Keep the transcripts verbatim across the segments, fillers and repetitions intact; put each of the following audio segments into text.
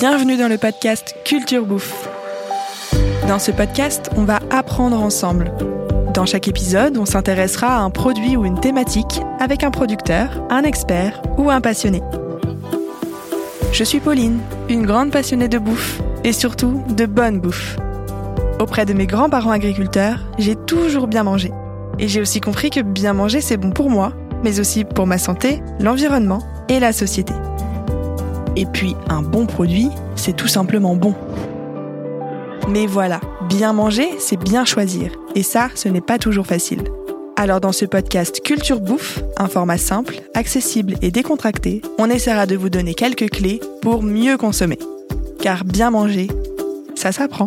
Bienvenue dans le podcast Culture Bouffe. Dans ce podcast, on va apprendre ensemble. Dans chaque épisode, on s'intéressera à un produit ou une thématique avec un producteur, un expert ou un passionné. Je suis Pauline, une grande passionnée de bouffe et surtout de bonne bouffe. Auprès de mes grands-parents agriculteurs, j'ai toujours bien mangé. Et j'ai aussi compris que bien manger, c'est bon pour moi, mais aussi pour ma santé, l'environnement et la société. Et puis, un bon produit, c'est tout simplement bon. Mais voilà, bien manger, c'est bien choisir. Et ça, ce n'est pas toujours facile. Alors dans ce podcast Culture Bouffe, un format simple, accessible et décontracté, on essaiera de vous donner quelques clés pour mieux consommer. Car bien manger, ça s'apprend.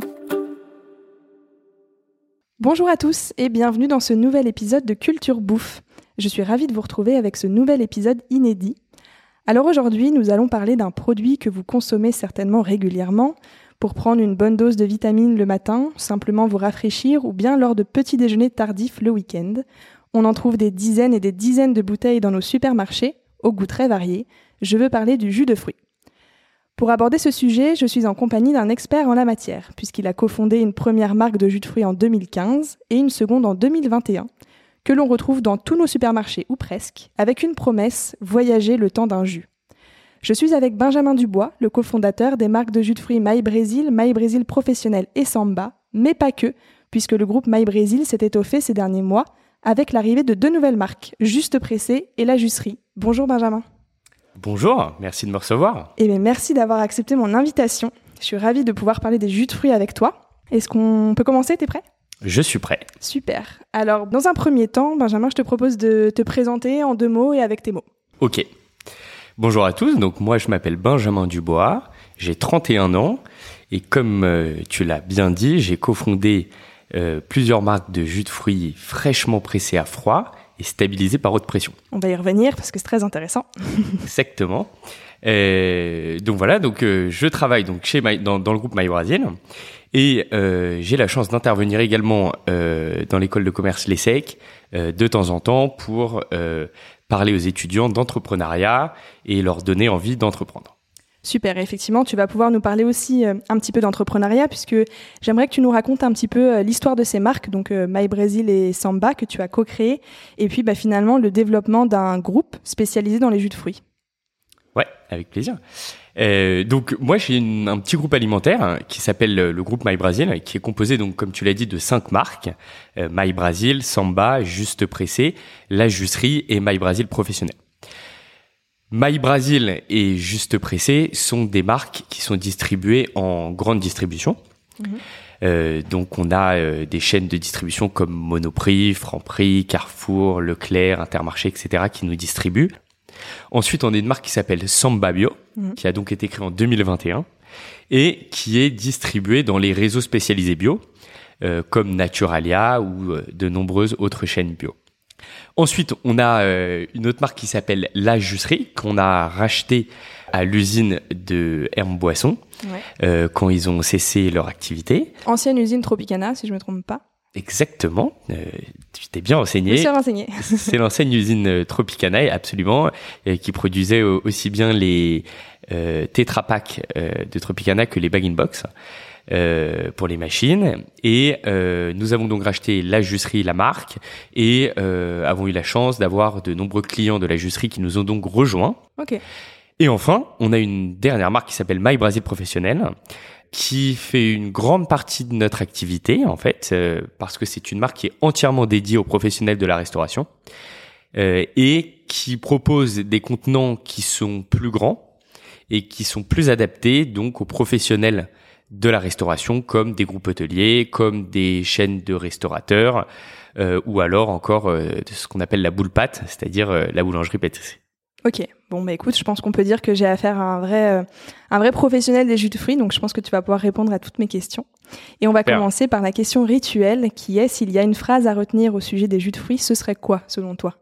Bonjour à tous et bienvenue dans ce nouvel épisode de Culture Bouffe. Je suis ravie de vous retrouver avec ce nouvel épisode inédit. Alors aujourd'hui, nous allons parler d'un produit que vous consommez certainement régulièrement pour prendre une bonne dose de vitamines le matin, simplement vous rafraîchir ou bien lors de petits déjeuners tardifs le week-end. On en trouve des dizaines et des dizaines de bouteilles dans nos supermarchés, au goût très varié. Je veux parler du jus de fruits. Pour aborder ce sujet, je suis en compagnie d'un expert en la matière, puisqu'il a cofondé une première marque de jus de fruits en deux mille quinze et une seconde en deux mille vingt et un, que l'on retrouve dans tous nos supermarchés ou presque, avec une promesse, voyager le temps d'un jus. Je suis avec Benjamin Dubois, le cofondateur des marques de jus de fruits MyBrésil, MyBrésil Professionnel et Samba, mais pas que, puisque le groupe MyBrésil s'est étoffé ces derniers mois avec l'arrivée de deux nouvelles marques, Juste Pressé et La Jucerie. Bonjour Benjamin. Bonjour, merci de me recevoir. Eh bien, merci d'avoir accepté mon invitation. Je suis ravie de pouvoir parler des jus de fruits avec toi. Est-ce qu'on peut commencer? T'es prêt? Je suis prêt. Super. Alors, dans un premier temps, Benjamin, je te propose de te présenter en deux mots et avec tes mots. Ok. Bonjour à tous, donc moi je m'appelle Benjamin Dubois, j'ai trente et un ans et comme euh, tu l'as bien dit, j'ai cofondé euh, plusieurs marques de jus de fruits fraîchement pressés à froid et stabilisés par haute pression. On va y revenir parce que c'est très intéressant. Exactement. Euh, donc voilà, donc euh, je travaille donc chez My, dans, dans le groupe MyBrésil et euh, j'ai la chance d'intervenir également euh, dans l'école de commerce l'ESSEC euh, de temps en temps pour euh, parler aux étudiants d'entrepreneuriat et leur donner envie d'entreprendre. Super, effectivement, tu vas pouvoir nous parler aussi euh, un petit peu d'entrepreneuriat puisque j'aimerais que tu nous racontes un petit peu euh, l'histoire de ces marques, donc euh, MyBrésil et Samba que tu as co-créé et puis bah, finalement le développement d'un groupe spécialisé dans les jus de fruits. Ouais, avec plaisir. Euh, donc moi j'ai une, un petit groupe alimentaire hein, qui s'appelle le groupe MyBrésil, qui est composé donc comme tu l'as dit de cinq marques euh, MyBrésil, Samba, Juste Pressé, La Jucerie et MyBrésil Professionnel. MyBrésil et Juste Pressé sont des marques qui sont distribuées en grande distribution. Mmh. Euh, donc on a euh, des chaînes de distribution comme Monoprix, Franprix, Carrefour, Leclerc, Intermarché, et cetera qui nous distribuent. Ensuite, on a une marque qui s'appelle Samba Bio, mmh. qui a donc été créée en deux mille vingt et un et qui est distribuée dans les réseaux spécialisés bio, euh, comme Naturalia ou euh, de nombreuses autres chaînes bio. Ensuite, on a euh, une autre marque qui s'appelle La Jucerie, qu'on a rachetée à l'usine de Hermes Boisson, ouais. euh, quand ils ont cessé leur activité. Ancienne usine Tropicana, si je ne me trompe pas. Exactement, euh, tu t'es bien renseigné. Je me suis renseigné. C'est l'ancienne usine Tropicana, absolument, euh, qui produisait aussi bien les euh, Tetra Pak euh, de Tropicana que les bag-in-box euh, pour les machines. Et euh, nous avons donc racheté La Jucerie, la marque, et euh, avons eu la chance d'avoir de nombreux clients de La Jucerie qui nous ont donc rejoints. Ok. Et enfin, on a une dernière marque qui s'appelle MyBrésil Professionnel, qui fait une grande partie de notre activité, en fait, euh, parce que c'est une marque qui est entièrement dédiée aux professionnels de la restauration euh, et qui propose des contenants qui sont plus grands et qui sont plus adaptés donc aux professionnels de la restauration, comme des groupes hôteliers, comme des chaînes de restaurateurs euh, ou alors encore euh, ce qu'on appelle la boule pâte, c'est-à-dire euh, la boulangerie-pâtisserie. Ok, bon bah écoute, je pense qu'on peut dire que j'ai affaire à un vrai, euh, un vrai professionnel des jus de fruits, donc je pense que tu vas pouvoir répondre à toutes mes questions. Et on va Super. Commencer par la question rituelle, qui est s'il y a une phrase à retenir au sujet des jus de fruits, ce serait quoi selon toi?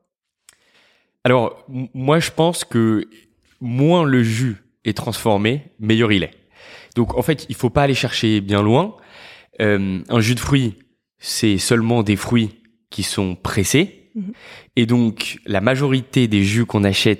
Alors, m- moi je pense que moins le jus est transformé, meilleur il est. Donc en fait, il faut pas aller chercher bien loin. Euh, un jus de fruits, c'est seulement des fruits qui sont pressés. Mmh. Et donc, la majorité des jus qu'on achète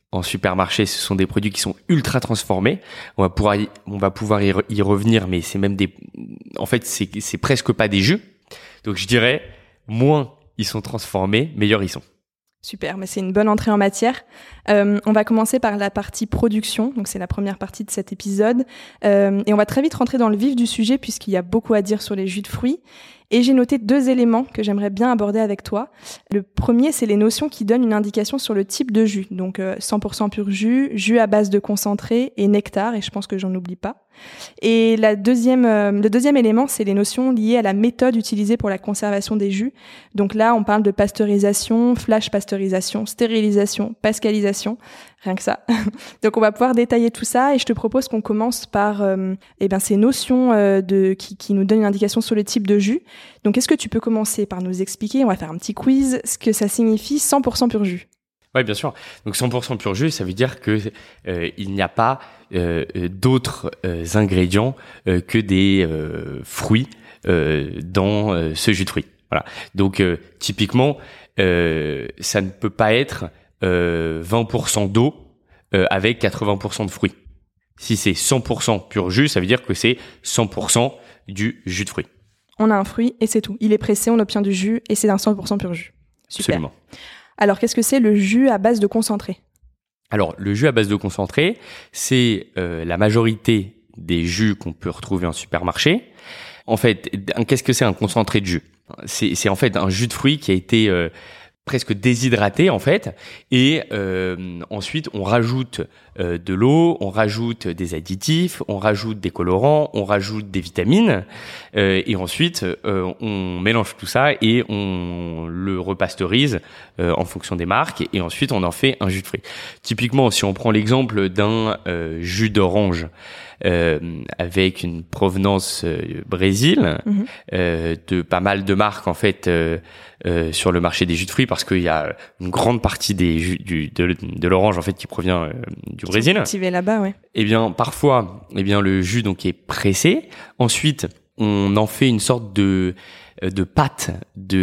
en supermarché, ce sont des produits qui sont ultra transformés. On va pouvoir y, on va pouvoir y, re, y revenir, mais c'est même des, en fait, c'est, c'est presque pas des jus. Donc, je dirais, moins ils sont transformés, meilleurs ils sont. Super, mais c'est une bonne entrée en matière. Euh, on va commencer par la partie production, donc c'est la première partie de cet épisode. Euh, et on va très vite rentrer dans le vif du sujet puisqu'il y a beaucoup à dire sur les jus de fruits. Et j'ai noté deux éléments que j'aimerais bien aborder avec toi. Le premier, c'est les notions qui donnent une indication sur le type de jus. Donc euh, cent pour cent pur jus, jus à base de concentré et nectar, et je pense que j'en oublie pas. Et la deuxième, euh, le deuxième élément, c'est les notions liées à la méthode utilisée pour la conservation des jus. Donc là, on parle de pasteurisation, flash pasteurisation, stérilisation, pascalisation, rien que ça. Donc on va pouvoir détailler tout ça et je te propose qu'on commence par euh, eh ben, ces notions euh, de, qui, qui nous donnent une indication sur le type de jus. Donc est-ce que tu peux commencer par nous expliquer, on va faire un petit quiz, ce que ça signifie cent pour cent pur jus? Oui, bien sûr. Donc cent pour cent pur jus, ça veut dire que euh, il n'y a pas euh, d'autres euh, ingrédients euh, que des euh, fruits euh, dans euh, ce jus de fruits. Voilà. Donc euh, typiquement, euh, ça ne peut pas être euh, vingt pour cent d'eau euh, avec quatre-vingts pour cent de fruits. Si c'est cent pour cent pur jus, ça veut dire que c'est cent pour cent du jus de fruits. On a un fruit et c'est tout. Il est pressé, on obtient du jus et c'est un cent pour cent pur jus. Super. Absolument. Alors, qu'est-ce que c'est le jus à base de concentré? Alors, le jus à base de concentré, c'est euh, la majorité des jus qu'on peut retrouver en supermarché. En fait, qu'est-ce que c'est un concentré de jus? C'est, c'est en fait un jus de fruits qui a été euh, presque déshydraté en fait, et euh, ensuite on rajoute euh, de l'eau, on rajoute des additifs, on rajoute des colorants, on rajoute des vitamines, euh, et ensuite euh, on mélange tout ça et on le repasteurise euh, en fonction des marques, et ensuite on en fait un jus de fruits. Typiquement, si on prend l'exemple d'un euh, jus d'orange euh, avec une provenance euh, Brésil, mmh. euh, de pas mal de marques en fait euh, euh, sur le marché des jus de fruits, parce qu'il y a une grande partie des jus du, de, de l'orange en fait qui provient euh, du Qui Brésil. Cultivé là-bas, ouais. Eh bien, parfois, eh bien le jus donc est pressé. Ensuite, on en fait une sorte de de pâte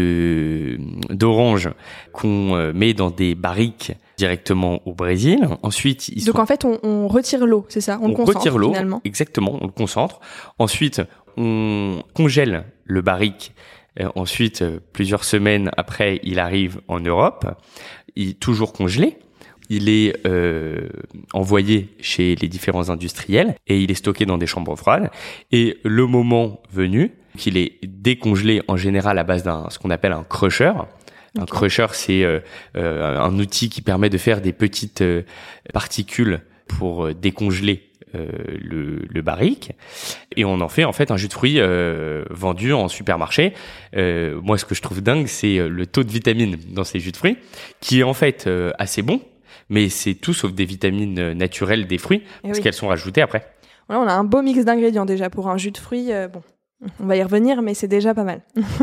de d'orange qu'on met dans des barriques directement au Brésil. Ensuite, ils donc sont... en fait, on, on retire l'eau, c'est ça? On, on le concentre retire l'eau, finalement. Exactement, on le concentre. Ensuite, on congèle le barrique. Euh, ensuite, euh, plusieurs semaines après, il arrive en Europe. Il est toujours congelé. Il est euh, envoyé chez les différents industriels et il est stocké dans des chambres froides. Et le moment venu, qu'il est décongelé en général à base d'un ce qu'on appelle un crusher. Okay. Un crusher, c'est euh, euh, un outil qui permet de faire des petites euh, particules pour euh, décongeler euh, le, le barrique. Et on en fait en fait un jus de fruits euh, vendu en supermarché. Euh, moi, ce que je trouve dingue, c'est le taux de vitamines dans ces jus de fruits, qui est en fait euh, assez bon. Mais c'est tout sauf des vitamines naturelles des fruits, et parce oui. qu'elles sont rajoutées après. Voilà, on a un beau mix d'ingrédients déjà pour un jus de fruits. Euh, bon, on va y revenir, mais c'est déjà pas mal.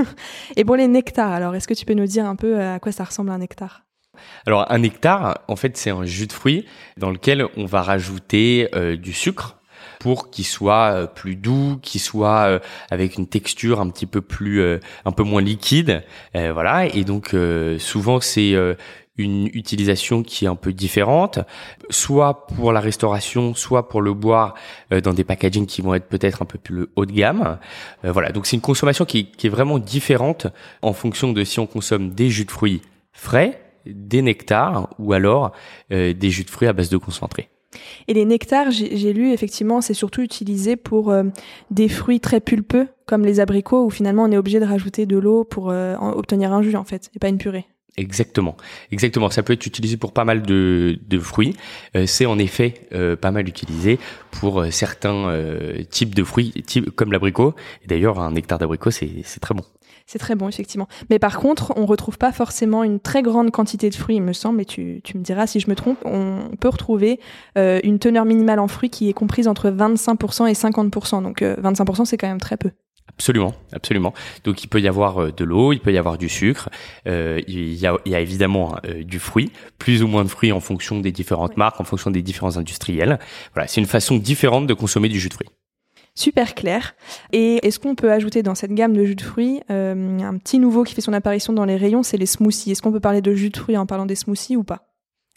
Et pour les nectars, alors, est-ce que tu peux nous dire un peu à quoi ça ressemble un nectar? Alors, un nectar, en fait, c'est un jus de fruits dans lequel on va rajouter euh, du sucre pour qu'il soit euh, plus doux, qu'il soit euh, avec une texture un petit peu plus, euh, un peu moins liquide. Euh, voilà, et donc euh, souvent c'est euh, une utilisation qui est un peu différente, soit pour la restauration, soit pour le boire euh, dans des packagings qui vont être peut-être un peu plus haut de gamme. Euh, voilà, donc c'est une consommation qui, qui est vraiment différente en fonction de si on consomme des jus de fruits frais, des nectars ou alors euh, des jus de fruits à base de concentré. Et les nectars, j'ai, j'ai lu effectivement, c'est surtout utilisé pour euh, des fruits très pulpeux, comme les abricots, où finalement on est obligé de rajouter de l'eau pour euh, en, obtenir un jus en fait, et pas une purée. Exactement, exactement. Ça peut être utilisé pour pas mal de, de fruits. Euh, c'est en effet euh, pas mal utilisé pour euh, certains euh, types de fruits, type, comme l'abricot. Et d'ailleurs, un nectar d'abricot, c'est, c'est très bon. C'est très bon, effectivement. Mais par contre, on retrouve pas forcément une très grande quantité de fruits, il me semble, et tu, tu me diras si je me trompe. On peut retrouver euh, une teneur minimale en fruits qui est comprise entre vingt-cinq pour cent et cinquante pour cent. Donc euh, vingt-cinq pour cent, c'est quand même très peu. Absolument, absolument. Donc il peut y avoir de l'eau, il peut y avoir du sucre, euh, il, y a, il y a évidemment euh, du fruit, plus ou moins de fruits en fonction des différentes oui. marques, en fonction des différents industriels. Voilà, c'est une façon différente de consommer du jus de fruits. Super clair. Et est-ce qu'on peut ajouter dans cette gamme de jus de fruits euh, un petit nouveau qui fait son apparition dans les rayons, c'est les smoothies. Est-ce qu'on peut parler de jus de fruits en parlant des smoothies ou pas ?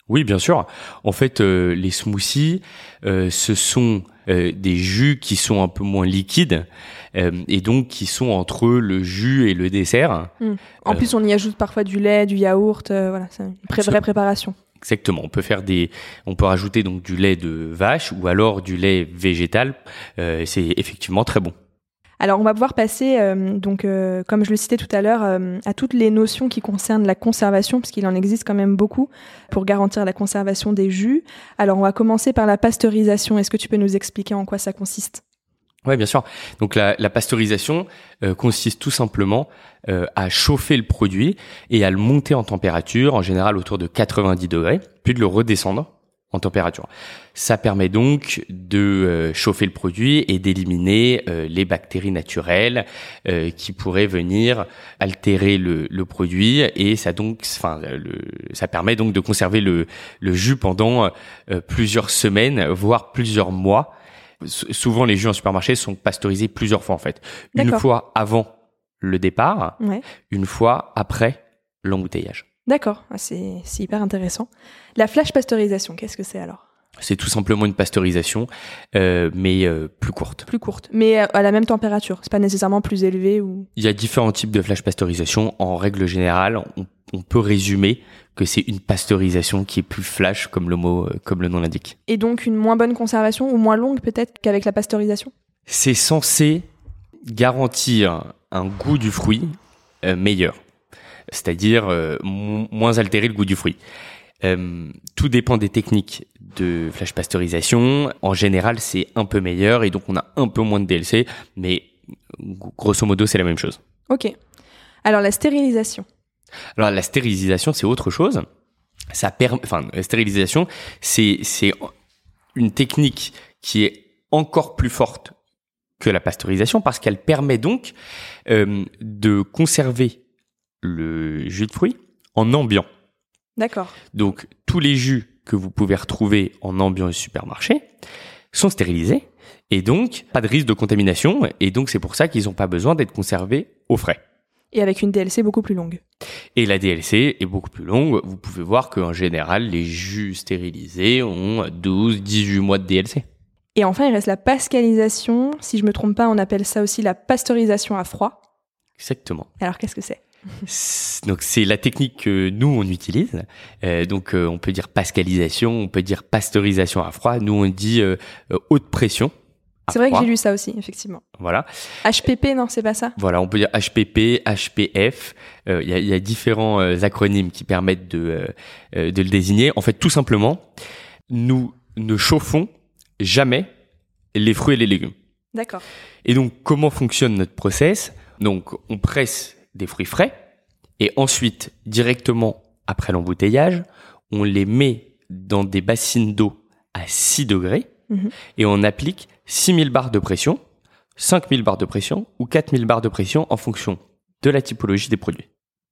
Oui, bien sûr. En fait, euh, les smoothies, euh, ce sont euh, des jus qui sont un peu moins liquides euh, et donc qui sont entre le jus et le dessert. Mmh. En euh, plus, on y ajoute parfois du lait, du yaourt. Euh, voilà, c'est une pré- vraie préparation. Exactement. On peut faire des, on peut rajouter donc du lait de vache ou alors du lait végétal. Euh, c'est effectivement très bon. Alors, on va pouvoir passer, euh, donc, euh, comme je le citais tout à l'heure, euh, à toutes les notions qui concernent la conservation, parce qu'il en existe quand même beaucoup pour garantir la conservation des jus. Alors, on va commencer par la pasteurisation. Est-ce que tu peux nous expliquer en quoi ça consiste ? Oui, bien sûr. Donc, la, la pasteurisation euh, consiste tout simplement euh, à chauffer le produit et à le monter en température, en général autour de quatre-vingt-dix degrés, puis de le redescendre en température. Ça permet donc de euh, chauffer le produit et d'éliminer euh, les bactéries naturelles euh, qui pourraient venir altérer le, le produit et ça donc, enfin, le, ça permet donc de conserver le, le jus pendant euh, plusieurs semaines, voire plusieurs mois. S- souvent, les jus en supermarché sont pasteurisés plusieurs fois en fait. D'accord. Une fois avant le départ, ouais. Une fois après l'embouteillage. D'accord, c'est, c'est hyper intéressant. La flash pasteurisation, qu'est-ce que c'est alors ? C'est tout simplement une pasteurisation, euh, mais euh, plus courte. Plus courte, mais à la même température. C'est pas nécessairement plus élevé ou. Il y a différents types de flash pasteurisation. En règle générale, on, on peut résumer que c'est une pasteurisation qui est plus flash, comme le mot, euh, comme le nom l'indique. Et donc une moins bonne conservation ou moins longue peut-être qu'avec la pasteurisation ? C'est censé garantir un goût du fruit euh, meilleur. C'est-à-dire euh, m- moins altérer le goût du fruit. Euh, tout dépend des techniques de flash pasteurisation. En général, c'est un peu meilleur et donc on a un peu moins de D L C, mais grosso modo, c'est la même chose. Ok. Alors la stérilisation. Alors la stérilisation, c'est autre chose. Ça permet, enfin, la stérilisation, c'est c'est une technique qui est encore plus forte que la pasteurisation parce qu'elle permet donc euh, de conserver le jus de fruits en ambiant. D'accord. Donc, tous les jus que vous pouvez retrouver en ambiant au supermarché sont stérilisés et donc pas de risque de contamination et donc c'est pour ça qu'ils n'ont pas besoin d'être conservés au frais. Et avec une D L C beaucoup plus longue. Et la D L C est beaucoup plus longue. Vous pouvez voir qu'en général, les jus stérilisés ont douze à dix-huit mois de D L C. Et enfin, il reste la pascalisation. Si je me trompe pas, on appelle ça aussi la pasteurisation à froid. Exactement. Alors, qu'est-ce que c'est ? Donc c'est la technique que nous on utilise. Euh, donc euh, on peut dire pascalisation, on peut dire pasteurisation à froid. Nous on dit euh, euh, haute pression. C'est vrai que j'ai lu ça aussi, effectivement. Voilà. H P P, non, c'est pas ça ? Voilà, on peut dire H P P, H P F. Il euh, y, a, y a différents euh, acronymes qui permettent de euh, de le désigner. En fait, tout simplement, nous ne chauffons jamais les fruits et les légumes. D'accord. Et donc comment fonctionne notre process ? Donc on presse des fruits frais et ensuite directement après l'embouteillage, on les met dans des bassines d'eau à six degrés mmh. et on applique six mille bars de pression, cinq mille bars de pression ou quatre mille bars de pression en fonction de la typologie des produits.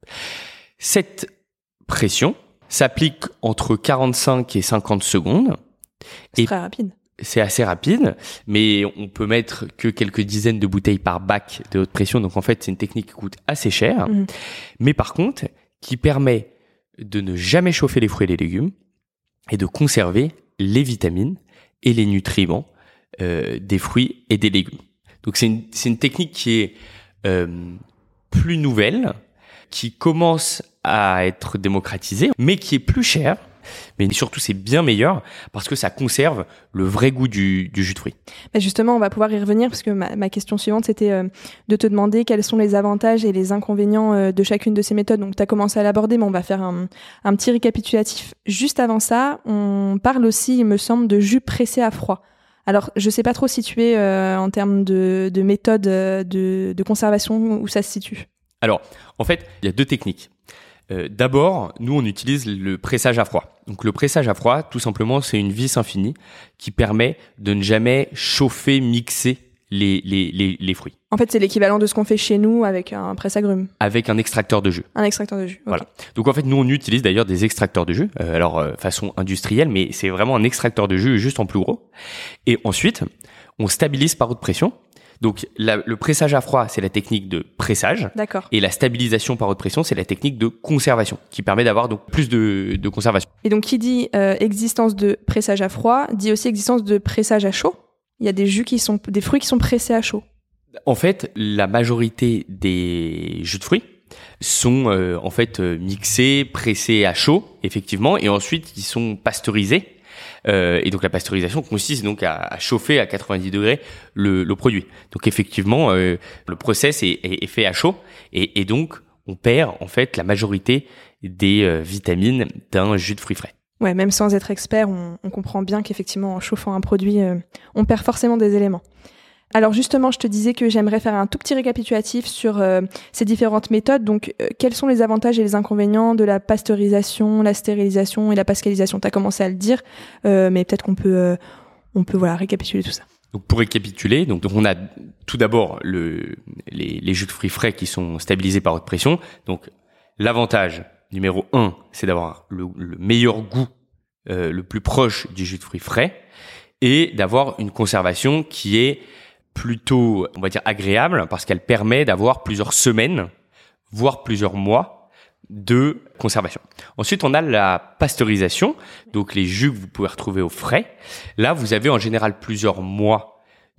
Cette pression s'applique entre quarante-cinq et cinquante secondes. C'est et très rapide. C'est assez rapide, mais on peut mettre que quelques dizaines de bouteilles par bac de haute pression. Donc en fait, c'est une technique qui coûte assez cher, mmh. mais par contre, qui permet de ne jamais chauffer les fruits et les légumes et de conserver les vitamines et les nutriments euh, des fruits et des légumes. Donc c'est une, c'est une technique qui est euh, plus nouvelle, qui commence à être démocratisée, mais qui est plus chère. Mais surtout, c'est bien meilleur parce que ça conserve le vrai goût du, du jus de fruits. Bah justement, on va pouvoir y revenir parce que ma, ma question suivante, c'était euh, de te demander quels sont les avantages et les inconvénients euh, de chacune de ces méthodes. Donc, tu as commencé à l'aborder, mais on va faire un, un petit récapitulatif. Juste avant ça, on parle aussi, il me semble, de jus pressé à froid. Alors, je sais pas trop situer euh, en termes de, de méthode de, de conservation où ça se situe. Alors, en fait, il y a deux techniques. Euh, d'abord, nous, on utilise le pressage à froid. Donc, le pressage à froid, tout simplement, c'est une vis infinie qui permet de ne jamais chauffer, mixer les, les, les, les fruits. En fait, c'est l'équivalent de ce qu'on fait chez nous avec un presse-agrumes. Avec un extracteur de jus. Un extracteur de jus, okay. Voilà. Donc, en fait, nous, on utilise d'ailleurs des extracteurs de jus, euh, alors euh, façon industrielle, mais c'est vraiment un extracteur de jus juste en plus gros. Et ensuite, on stabilise par haute pression. Donc la, le pressage à froid, c'est la technique de pressage. D'accord. Et la stabilisation par haute pression, c'est la technique de conservation, qui permet d'avoir donc plus de, de conservation. Et donc qui dit euh, existence de pressage à froid, dit aussi existence de pressage à chaud. Il y a des jus qui sont, des fruits qui sont pressés à chaud. En fait, la majorité des jus de fruits sont euh, en fait euh, mixés, pressés à chaud, effectivement, et ensuite ils sont pasteurisés. Euh, et donc la pasteurisation consiste donc à, à chauffer à quatre-vingt-dix degrés le, le produit. Donc effectivement, euh, le process est, est, est fait à chaud, et, et donc on perd en fait la majorité des euh, vitamines d'un jus de fruits frais. Ouais, même sans être expert, on, on comprend bien qu'effectivement en chauffant un produit, euh, on perd forcément des éléments. Alors justement, je te disais que j'aimerais faire un tout petit récapitulatif sur euh, ces différentes méthodes. Donc, euh, quels sont les avantages et les inconvénients de la pasteurisation, la stérilisation et la pascalisation ? Tu as commencé à le dire, euh, mais peut-être qu'on peut, euh, on peut voilà, récapituler tout ça. Donc, pour récapituler, donc, donc on a tout d'abord le, les, les jus de fruits frais qui sont stabilisés par haute pression. Donc, l'avantage numéro un, c'est d'avoir le, le meilleur goût, euh, le plus proche du jus de fruits frais, et d'avoir une conservation qui est plutôt, on va dire, agréable, parce qu'elle permet d'avoir plusieurs semaines, voire plusieurs mois de conservation. Ensuite, on a la pasteurisation, donc les jus que vous pouvez retrouver au frais. Là, vous avez en général plusieurs mois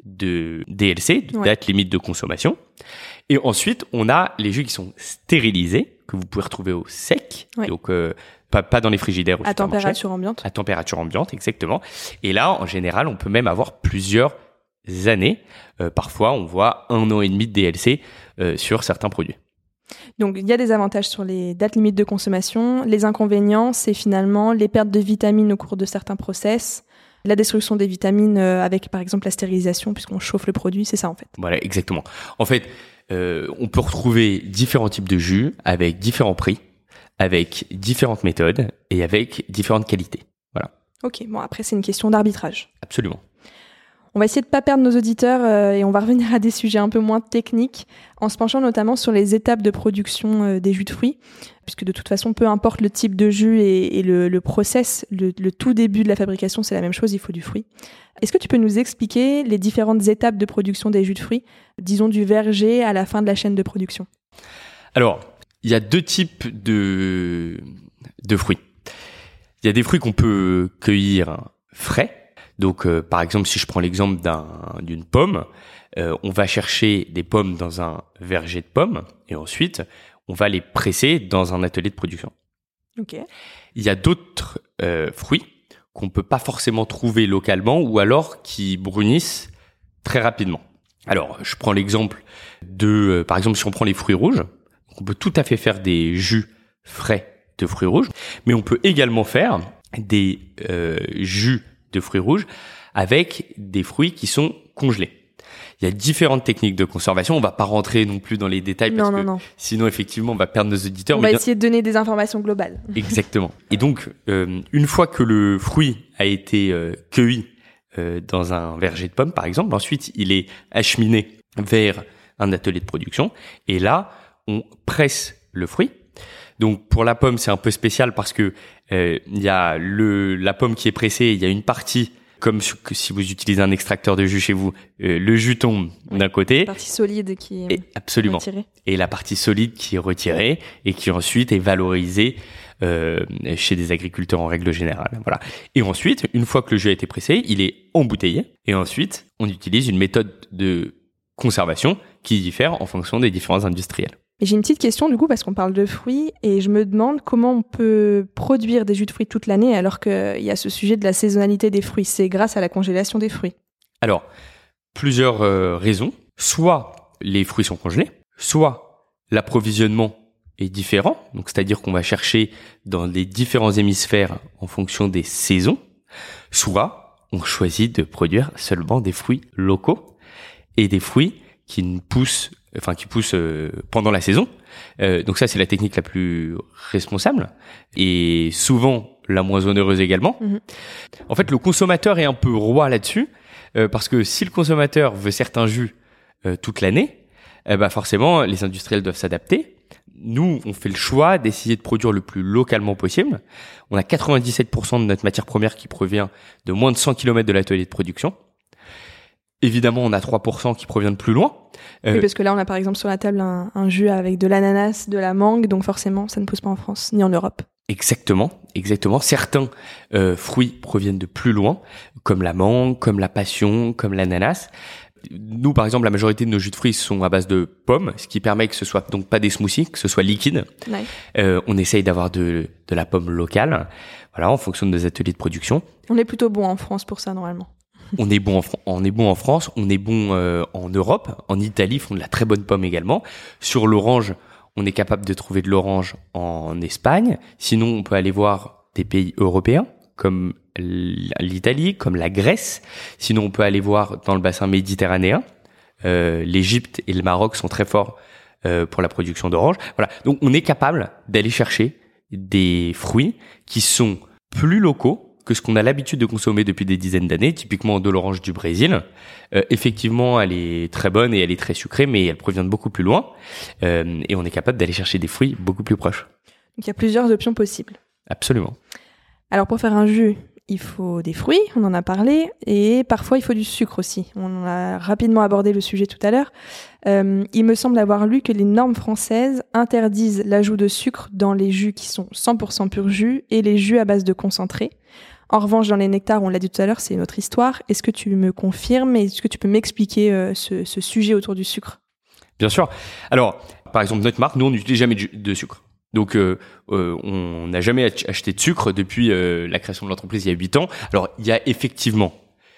de D L C, de date limite de consommation. Et ensuite, on a les jus qui sont stérilisés, que vous pouvez retrouver au sec, ouais. donc euh, pas, pas dans les frigidaires. À température ambiante. À température ambiante, exactement. Et là, en général, on peut même avoir plusieurs années. Euh, parfois, on voit un an et demi de D L C euh, sur certains produits. Donc, il y a des avantages sur les dates limites de consommation. Les inconvénients, c'est finalement les pertes de vitamines au cours de certains process, la destruction des vitamines euh, avec, par exemple, la stérilisation, puisqu'on chauffe le produit. C'est ça, en fait. Voilà, exactement. En fait, euh, on peut retrouver différents types de jus avec différents prix, avec différentes méthodes et avec différentes qualités. Voilà. Ok, bon, après, c'est une question d'arbitrage. Absolument. On va essayer de ne pas perdre nos auditeurs euh, et on va revenir à des sujets un peu moins techniques en se penchant notamment sur les étapes de production euh, des jus de fruits, puisque de toute façon, peu importe le type de jus et, et le, le process, le, le tout début de la fabrication, c'est la même chose, il faut du fruit. Est-ce que tu peux nous expliquer les différentes étapes de production des jus de fruits, disons du verger à la fin de la chaîne de production ? Alors, il y a deux types de, de fruits. Il y a des fruits qu'on peut cueillir frais. Donc, euh, par exemple, si je prends l'exemple d'un, d'une pomme, euh, on va chercher des pommes dans un verger de pommes et ensuite, on va les presser dans un atelier de production. Okay. Il y a d'autres euh, fruits qu'on peut pas forcément trouver localement ou alors qui brunissent très rapidement. Alors, je prends l'exemple de, euh, par exemple, si on prend les fruits rouges, on peut tout à fait faire des jus frais de fruits rouges, mais on peut également faire des euh, jus de fruits rouges avec des fruits qui sont congelés. Il y a différentes techniques de conservation. On va pas rentrer non plus dans les détails non, parce non, que non. sinon effectivement on va perdre nos auditeurs. On mais va bien... essayer de donner des informations globales. Exactement. Et donc euh, une fois que le fruit a été euh, cueilli euh, dans un verger de pommes par exemple, ensuite il est acheminé vers un atelier de production et là on presse le fruit. Donc pour la pomme c'est un peu spécial parce que euh, il y a le la pomme qui est pressée, il y a une partie comme si vous utilisez un extracteur de jus chez vous, euh, le jus tombe oui, d'un côté, la partie solide qui est et, absolument retirée. Et la partie solide qui est retirée et qui ensuite est valorisée euh, chez des agriculteurs en règle générale. Voilà. Et ensuite, une fois que le jus a été pressé, il est embouteillé et ensuite on utilise une méthode de conservation qui diffère en fonction des différents industriels. Et j'ai une petite question du coup parce qu'on parle de fruits et je me demande comment on peut produire des jus de fruits toute l'année alors qu'il y a ce sujet de la saisonnalité des fruits. C'est grâce à la congélation des fruits. Alors, plusieurs euh, raisons. Soit les fruits sont congelés, soit l'approvisionnement est différent. Donc, c'est-à-dire qu'on va chercher dans les différents hémisphères en fonction des saisons. Soit on choisit de produire seulement des fruits locaux et des fruits qui ne poussent enfin qui poussent euh, pendant la saison. Euh, donc ça, c'est la technique la plus responsable et souvent la moins onéreuse également. Mmh. En fait, le consommateur est un peu roi là-dessus euh, parce que si le consommateur veut certains jus euh, toute l'année, euh, bah forcément, les industriels doivent s'adapter. Nous, on fait le choix d'essayer de produire le plus localement possible. On a quatre-vingt-dix-sept pour cent de notre matière première qui provient de moins de cent kilomètres de l'atelier de production. Évidemment, on a trois pour cent qui proviennent de plus loin. Euh, oui, parce que là, on a par exemple sur la table un, un jus avec de l'ananas, de la mangue, donc forcément, ça ne pousse pas en France, ni en Europe. Exactement, exactement. Certains euh, fruits proviennent de plus loin, comme la mangue, comme la passion, comme l'ananas. Nous, par exemple, la majorité de nos jus de fruits sont à base de pommes, ce qui permet que ce soit donc pas des smoothies, que ce soit liquide. Ouais. Euh, on essaye d'avoir de, de la pomme locale, voilà, en fonction de nos ateliers de production. On est plutôt bon en France pour ça, normalement. On est bon en, Fran- on est bon en France, on est bon euh, en Europe. En Italie, ils font de la très bonne pomme également. Sur l'orange, on est capable de trouver de l'orange en Espagne. Sinon, on peut aller voir des pays européens, comme l'Italie, comme la Grèce. Sinon, on peut aller voir dans le bassin méditerranéen. Euh, L'Égypte et le Maroc sont très forts euh, pour la production d'orange. Voilà. Donc, on est capable d'aller chercher des fruits qui sont plus locaux que ce qu'on a l'habitude de consommer depuis des dizaines d'années, typiquement de l'orange du Brésil. Euh, effectivement, elle est très bonne et elle est très sucrée, mais elle provient de beaucoup plus loin. Euh, et on est capable d'aller chercher des fruits beaucoup plus proches. Donc, il y a plusieurs options possibles. Absolument. Alors, pour faire un jus, il faut des fruits, on en a parlé, et parfois il faut du sucre aussi. On a rapidement abordé le sujet tout à l'heure. Euh, il me semble avoir lu que les normes françaises interdisent l'ajout de sucre dans les jus qui sont cent pour cent pur jus et les jus à base de concentré. En revanche, dans les nectars, on l'a dit tout à l'heure, c'est une autre histoire. Est-ce que tu me confirmes et est-ce que tu peux m'expliquer euh, ce, ce sujet autour du sucre ? Bien sûr. Alors, par exemple, notre marque, nous, on n'utilise jamais de, de sucre. Donc, euh, euh, on n'a jamais acheté de sucre depuis euh, la création de l'entreprise il y a huit ans. Alors, il y a effectivement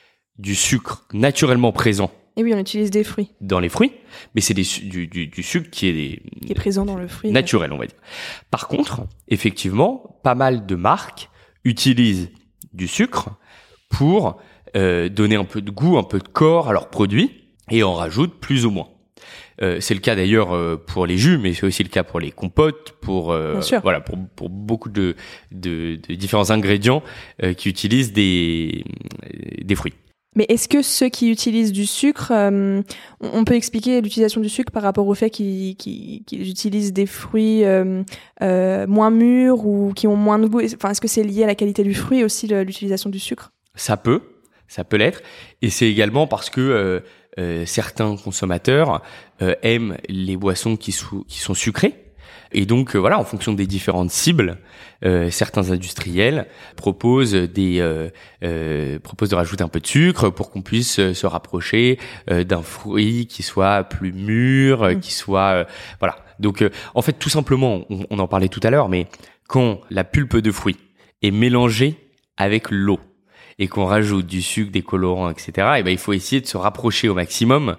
du sucre naturellement présent. Et oui, on utilise des fruits. Dans les fruits, mais c'est des, du, du, du sucre qui est, des, qui est présent dans le fruit. Naturel, on va dire. Par contre, effectivement, pas mal de marques utilisent du sucre pour euh, donner un peu de goût, un peu de corps à leurs produits et en rajoutent plus ou moins. Euh, c'est le cas d'ailleurs euh, pour les jus, mais c'est aussi le cas pour les compotes, pour euh, voilà, pour pour beaucoup de de, de différents ingrédients euh, qui utilisent des des fruits. Mais est-ce que ceux qui utilisent du sucre, euh, on peut expliquer l'utilisation du sucre par rapport au fait qu'ils, qu'ils, qu'ils utilisent des fruits euh, euh, moins mûrs ou qui ont moins de goût ? Enfin, est-ce que c'est lié à la qualité du fruit aussi, l'utilisation du sucre ? Ça peut, ça peut l'être. Et c'est également parce que euh, euh, certains consommateurs euh, aiment les boissons qui, sou- qui sont sucrées. Et donc euh, voilà, en fonction des différentes cibles, euh, certains industriels proposent des euh, euh, proposent de rajouter un peu de sucre pour qu'on puisse euh, se rapprocher euh, d'un fruit qui soit plus mûr, euh, qui soit euh, voilà. Donc euh, en fait, tout simplement, on, on en parlait tout à l'heure, mais quand la pulpe de fruit est mélangée avec l'eau et qu'on rajoute du sucre, des colorants, et cetera, et ben il faut essayer de se rapprocher au maximum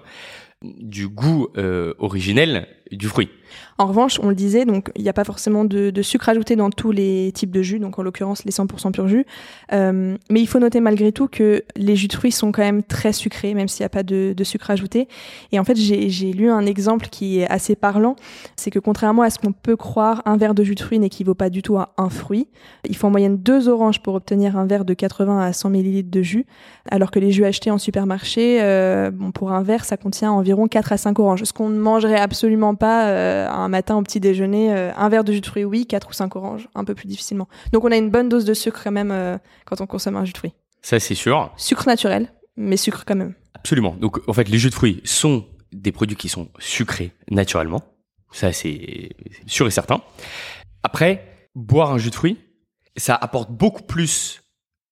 du goût euh, originel du fruit. En revanche, on le disait, donc il n'y a pas forcément de, de sucre ajouté dans tous les types de jus, donc en l'occurrence les cent pour cent pur jus. Euh, mais il faut noter malgré tout que les jus de fruits sont quand même très sucrés, même s'il n'y a pas de, de sucre ajouté. Et en fait, j'ai, j'ai lu un exemple qui est assez parlant, c'est que contrairement à ce qu'on peut croire, un verre de jus de fruits n'équivaut pas du tout à un fruit. Il faut en moyenne deux oranges pour obtenir un verre de quatre-vingts à cent millilitres de jus, alors que les jus achetés en supermarché, euh, bon, pour un verre, ça contient environ quatre à cinq oranges, ce qu'on ne mangerait absolument pas euh, un matin au petit déjeuner. Euh, un verre de jus de fruits, oui, quatre ou cinq oranges, un peu plus difficilement. Donc on a une bonne dose de sucre quand même euh, quand on consomme un jus de fruits. Ça, c'est sûr. Sucre naturel, mais sucre quand même. Absolument. Donc en fait, les jus de fruits sont des produits qui sont sucrés naturellement. Ça, c'est sûr et certain. Après, boire un jus de fruits, ça apporte beaucoup plus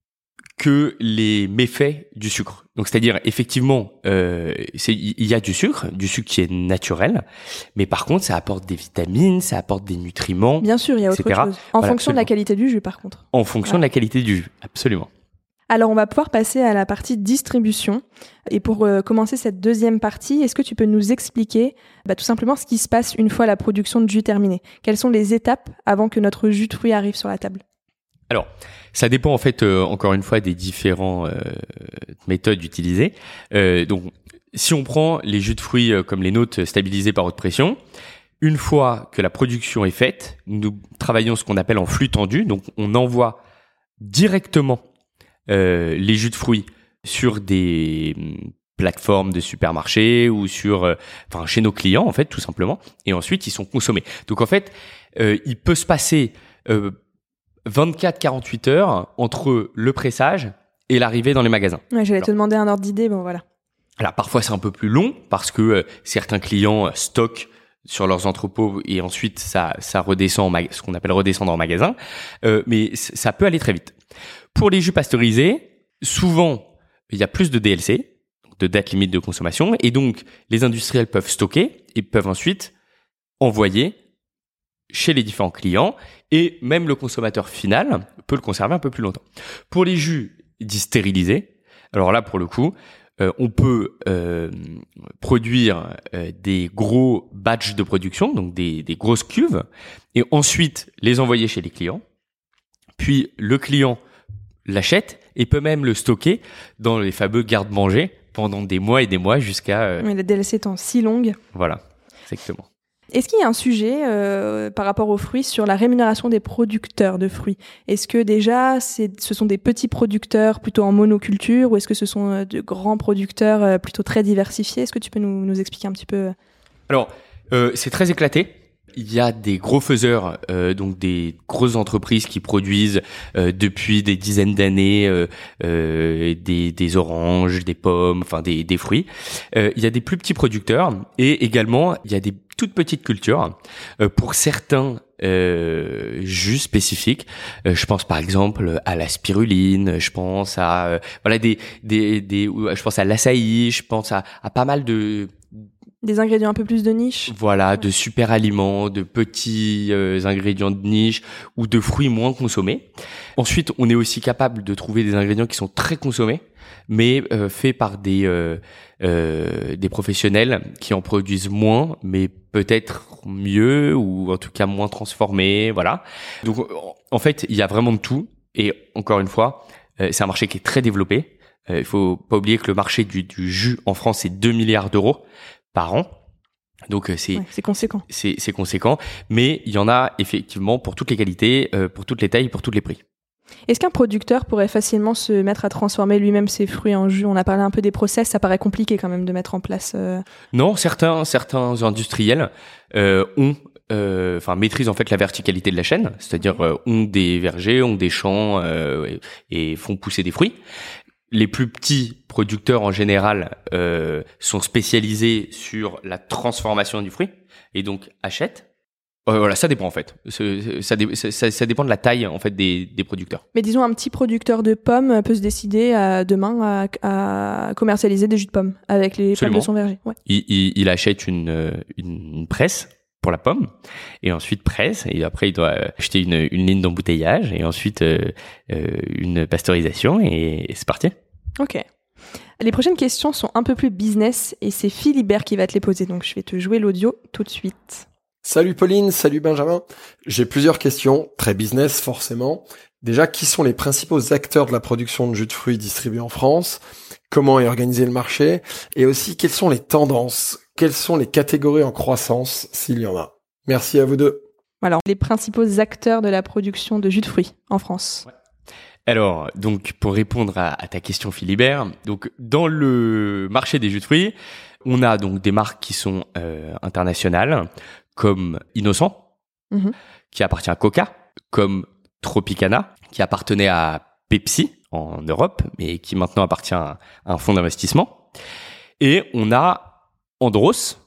que les méfaits du sucre. Donc, c'est-à-dire, effectivement, euh, c'est, il y a du sucre, du sucre qui est naturel, mais par contre, ça apporte des vitamines, ça apporte des nutriments. Bien sûr, il y a autre et cetera. chose. En Voilà, fonction absolument. de la qualité du jus, par contre. En fonction Voilà. de la qualité du jus, absolument. Alors, on va pouvoir passer à la partie distribution. Et pour euh, commencer cette deuxième partie, est-ce que tu peux nous expliquer bah, tout simplement ce qui se passe une fois la production de jus terminée ? Quelles sont les étapes avant que notre jus de fruits arrive sur la table ? Alors, ça dépend en fait, euh, encore une fois, des différentes euh, méthodes utilisées. Euh, donc, si on prend les jus de fruits euh, comme les nôtres stabilisés par haute pression, une fois que la production est faite, nous travaillons ce qu'on appelle en flux tendu. Donc, on envoie directement euh, les jus de fruits sur des plateformes de supermarché ou sur, euh, enfin, chez nos clients en fait, tout simplement. Et ensuite, ils sont consommés. Donc, en fait, euh, il peut se passer euh, vingt-quatre à quarante-huit heures entre le pressage et l'arrivée dans les magasins. Ouais, j'allais Alors, te demander un ordre d'idée, bon voilà. Là, parfois c'est un peu plus long parce que euh, certains clients stockent sur leurs entrepôts et ensuite ça ça redescend en mag- ce qu'on appelle redescendre en magasin, euh, mais c- ça peut aller très vite. Pour les jus pasteurisés, souvent il y a plus de D L C, de date limite de consommation, et donc les industriels peuvent stocker et peuvent ensuite envoyer chez les différents clients, et même le consommateur final peut le conserver un peu plus longtemps. Pour les jus dits stérilisés, alors là pour le coup, Euh, on peut euh, produire euh, des gros batchs de production, donc des, des grosses cuves, et ensuite les envoyer chez les clients. Puis le client l'achète et peut même le stocker dans les fameux garde-manger pendant des mois et des mois jusqu'à... Euh... Oui, la D L C étant si longue. Voilà, exactement. Est-ce qu'il y a un sujet euh, par rapport aux fruits sur la rémunération des producteurs de fruits? Est-ce que déjà, c'est, ce sont des petits producteurs plutôt en monoculture, ou est-ce que ce sont euh, de grands producteurs euh, plutôt très diversifiés? Est-ce que tu peux nous, nous expliquer un petit peu? Alors, euh, c'est très éclaté. Il y a des gros faiseurs, euh, donc des grosses entreprises qui produisent euh, depuis des dizaines d'années euh, euh, des, des oranges, des pommes, enfin des, des fruits. Euh, il y a des plus petits producteurs et également il y a des toutes petites cultures euh, pour certains euh, jus spécifiques. Euh, je pense par exemple à la spiruline, je pense à euh, voilà des des des, je pense à l'açaï, je pense à, à pas mal de Des ingrédients un peu plus de niche. Voilà, de super aliments, de petits euh, ingrédients de niche ou de fruits moins consommés. Ensuite, on est aussi capable de trouver des ingrédients qui sont très consommés, mais euh, faits par des euh, euh, des professionnels qui en produisent moins, mais peut-être mieux ou en tout cas moins transformés. Voilà. Donc, en fait, il y a vraiment de tout. Et encore une fois, euh, c'est un marché qui est très développé. Euh, il faut pas oublier que le marché du, du jus en France, c'est deux milliards d'euros par an. Donc c'est ouais, c'est conséquent. C'est c'est conséquent, mais il y en a effectivement pour toutes les qualités, euh, pour toutes les tailles, pour tous les prix. Est-ce qu'un producteur pourrait facilement se mettre à transformer lui-même ses fruits en jus? On a parlé un peu des process, ça paraît compliqué quand même de mettre en place. Euh... Non, certains certains industriels euh, ont enfin euh, maîtrisent en fait la verticalité de la chaîne, c'est-à-dire euh, ont des vergers, ont des champs euh, et, et font pousser des fruits. Les plus petits producteurs en général euh, sont spécialisés sur la transformation du fruit et donc achètent. Euh, voilà, ça dépend en fait. C'est, ça, ça, ça dépend de la taille en fait des, des producteurs. Mais disons un petit producteur de pommes peut se décider à, demain à, à commercialiser des jus de pommes avec les Absolument. pommes de son verger. Ouais. Il, il, il achète une, une, une presse pour la pomme et ensuite presse et après il doit acheter une, une ligne d'embouteillage et ensuite euh, euh, une pasteurisation et, et c'est parti. Ok. Les prochaines questions sont un peu plus business et c'est Philibert qui va te les poser, donc je vais te jouer l'audio tout de suite. Salut Pauline, salut Benjamin. J'ai plusieurs questions, très business forcément. Déjà, qui sont les principaux acteurs de la production de jus de fruits distribués en France? Comment est organisé le marché? Et aussi, quelles sont les tendances? Quelles sont les catégories en croissance, s'il y en a? Merci à vous deux. Alors, les principaux acteurs de la production de jus de fruits en France. Ouais. Alors, donc, pour répondre à, à ta question, Philibert, donc, dans le marché des jus de fruits, on a donc des marques qui sont euh, internationales, comme Innocent, mmh. qui appartient à Coca, comme Tropicana, qui appartenait à Pepsi en Europe, mais qui maintenant appartient à un fonds d'investissement. Et on a Andros,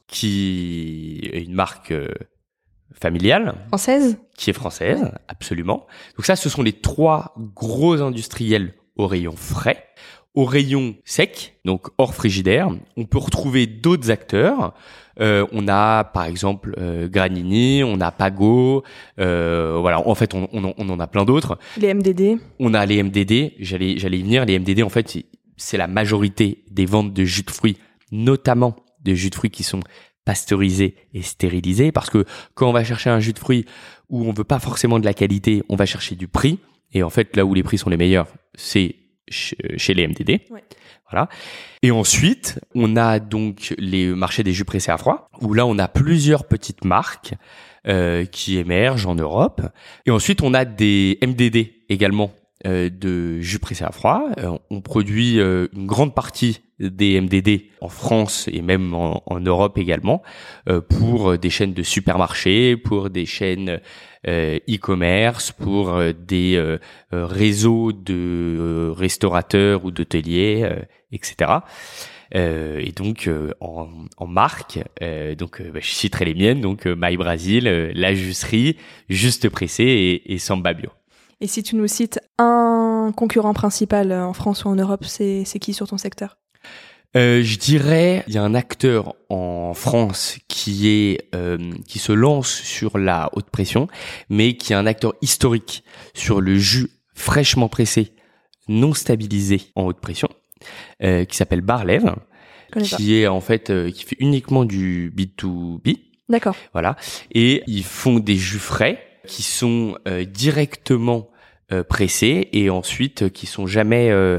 qui est une marque euh, familiale. Française. Qui est française, ouais. Absolument. Donc ça, ce sont les trois gros industriels au rayon frais. Au rayon sec, donc hors frigidaire, on peut retrouver d'autres acteurs. Euh, on a par exemple euh, Granini, on a Pago, euh, voilà. En fait, on, on, on en a plein d'autres. Les M D D. On a les M D D. J'allais, j'allais y venir. Les M D D, en fait, c'est, c'est la majorité des ventes de jus de fruits, notamment de jus de fruits qui sont pasteurisés et stérilisés, parce que quand on va chercher un jus de fruits où on veut pas forcément de la qualité, on va chercher du prix. Et en fait, là où les prix sont les meilleurs, c'est chez les M D D. Ouais. Voilà. Et ensuite, on a donc les marchés des jus pressés à froid, où là, on a plusieurs petites marques euh, qui émergent en Europe. Et ensuite, on a des M D D également euh, de jus pressés à froid. Euh, on produit euh, une grande partie des M D D en France et même en, en Europe également euh, pour des chaînes de supermarchés, pour des chaînes euh, e-commerce, pour euh, des euh, réseaux de euh, restaurateurs ou d'hôteliers, euh, et cetera. Euh, et donc euh, en, en marque, euh, donc euh, bah, je citerai les miennes, donc euh, My Brasil, euh, La Juicerie, Juste Pressé et, et Samba Bio. Et si tu nous cites un concurrent principal en France ou en Europe, c'est, c'est qui sur ton secteur ? Euh, je dirais, il y a un acteur en France qui est euh, qui se lance sur la haute pression, mais qui est un acteur historique sur le jus fraîchement pressé, non stabilisé en haute pression, euh, qui s'appelle Barlev, qui est en fait euh, qui fait uniquement du B deux B. D'accord. Voilà, et ils font des jus frais qui sont euh, directement euh, pressés et ensuite euh, qui sont jamais euh,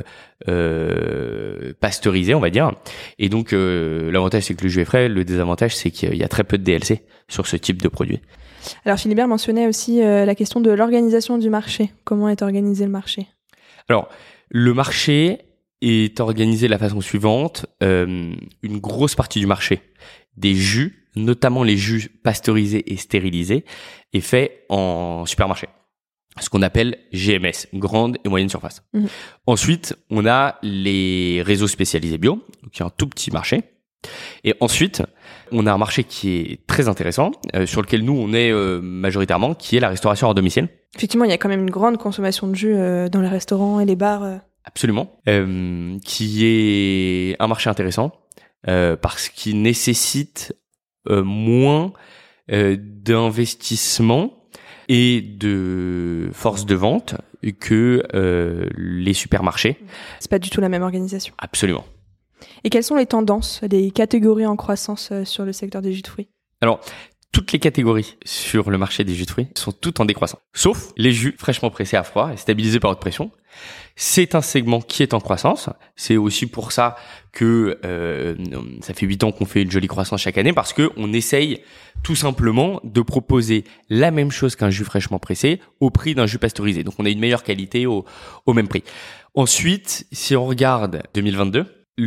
euh, pasteurisés, on va dire. Et donc euh, l'avantage c'est que le jus est frais, le désavantage c'est qu'il y a très peu de D L C sur ce type de produit. Alors Philibert mentionnait aussi euh, la question de l'organisation du marché. Comment est organisé le marché ? Alors le marché est organisé de la façon suivante. Euh, une grosse partie du marché des jus, notamment les jus pasteurisés et stérilisés, est fait en supermarché. Ce qu'on appelle G M S, grande et moyenne surface. Mmh. Ensuite, on a les réseaux spécialisés bio, qui est un tout petit marché. Et ensuite, on a un marché qui est très intéressant, euh, sur lequel nous, on est euh, majoritairement, qui est la restauration hors domicile. Effectivement, il y a quand même une grande consommation de jus euh, dans les restaurants et les bars. Euh. Absolument. Euh, qui est un marché intéressant, euh, parce qu'il nécessite euh, moins euh, d'investissement et de force de vente que euh, les supermarchés. C'est pas du tout la même organisation. Absolument. Et quelles sont les tendances, les catégories en croissance euh, sur le secteur des jus de fruits ? Alors, toutes les catégories sur le marché des jus de fruits sont toutes en décroissance, sauf les jus fraîchement pressés à froid et stabilisés par haute pression. C'est un segment qui est en croissance. C'est aussi pour ça que euh, ça fait huit ans qu'on fait une jolie croissance chaque année, parce que on essaye tout simplement de proposer la même chose qu'un jus fraîchement pressé au prix d'un jus pasteurisé. Donc on a une meilleure qualité au, au même prix. Ensuite, si on regarde deux mille vingt-deux,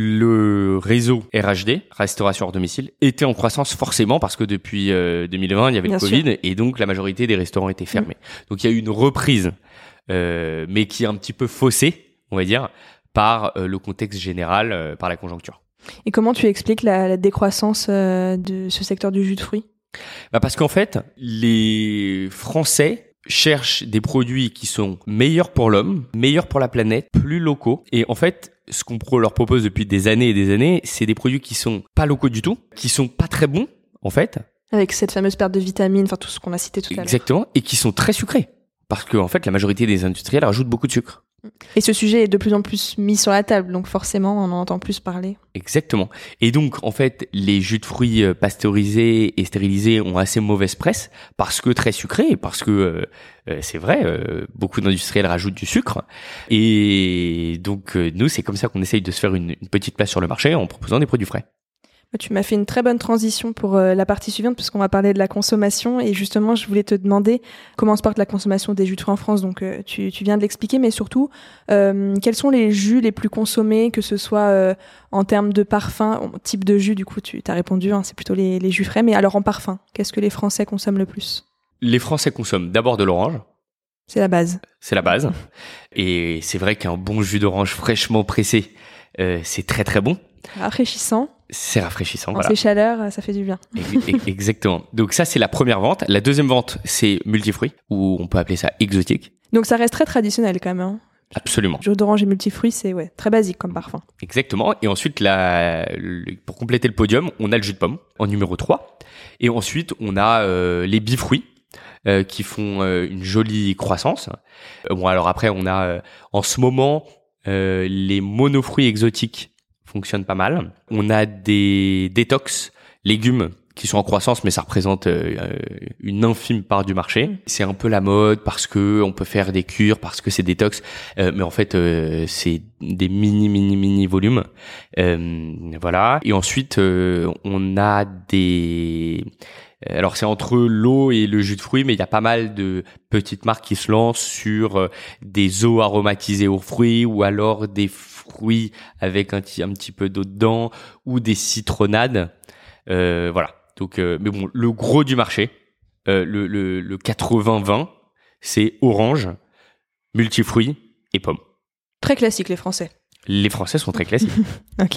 le réseau R H D, restauration hors domicile, était en croissance forcément parce que depuis euh, deux mille vingt, il y avait Bien le Covid sûr. Et donc la majorité des restaurants étaient fermés. Mmh. Donc il y a eu une reprise, euh, mais qui est un petit peu faussée, on va dire, par euh, le contexte général, euh, par la conjoncture. Et comment tu expliques la, la décroissance euh, de ce secteur du jus de fruits ? Bah parce qu'en fait, les Français cherchent des produits qui sont meilleurs pour l'homme, meilleurs pour la planète, plus locaux. Et en fait, ce qu'on leur propose depuis des années et des années, c'est des produits qui sont pas locaux du tout, qui sont pas très bons, en fait. Avec cette fameuse perte de vitamines, enfin tout ce qu'on a cité tout à l'heure. Exactement, et qui sont très sucrés. Parce que, en fait, la majorité des industriels rajoutent beaucoup de sucre. Et ce sujet est de plus en plus mis sur la table, donc forcément, on en entend plus parler. Exactement. Et donc, en fait, les jus de fruits pasteurisés et stérilisés ont assez mauvaise presse parce que très sucrés, et parce que euh, c'est vrai, euh, beaucoup d'industriels rajoutent du sucre. Et donc, euh, nous, c'est comme ça qu'on essaye de se faire une, une petite place sur le marché en proposant des produits frais. Tu m'as fait une très bonne transition pour euh, la partie suivante, puisqu'on va parler de la consommation. Et justement, je voulais te demander comment se porte la consommation des jus de fruits en France. Donc, euh, tu, tu viens de l'expliquer, mais surtout, euh, quels sont les jus les plus consommés, que ce soit euh, en termes de parfum, type de jus, du coup, tu as répondu, hein, c'est plutôt les, les jus frais. Mais alors, en parfum, qu'est-ce que les Français consomment le plus ? Les Français consomment d'abord de l'orange. C'est la base. C'est la base. Et c'est vrai qu'un bon jus d'orange fraîchement pressé, euh, c'est très très bon. Rafraîchissant. C'est rafraîchissant, en voilà. ces chaleurs, ça fait du bien. Exactement. Donc ça, c'est la première vente. La deuxième vente, c'est multifruits, ou on peut appeler ça exotique. Donc ça reste très traditionnel quand même. Hein. Absolument. Jus d'orange et multifruits, c'est ouais, très basique comme parfum. Exactement. Et ensuite, la, le, pour compléter le podium, on a le jus de pomme en numéro trois. Et ensuite, on a euh, les bifruits euh, qui font euh, une jolie croissance. Euh, bon, alors après, on a euh, en ce moment euh, les monofruits exotiques fonctionne pas mal. On a des détox légumes qui sont en croissance, mais ça représente euh, une infime part du marché. Mmh. C'est un peu la mode parce que on peut faire des cures, parce que c'est détox, euh, mais en fait euh, c'est des mini mini mini volumes. Euh, voilà. Et ensuite euh, on a des alors c'est entre l'eau et le jus de fruits, mais il y a pas mal de petites marques qui se lancent sur euh, des eaux aromatisées aux fruits, ou alors des fruits avec un, t- un petit peu d'eau dedans, ou des citronnades. Euh, voilà. Donc, euh, mais bon, le gros du marché, euh, le, le, le quatre-vingts vingt, c'est orange, multifruits et pommes. Très classique, les Français. Les Français sont très classiques. Ok.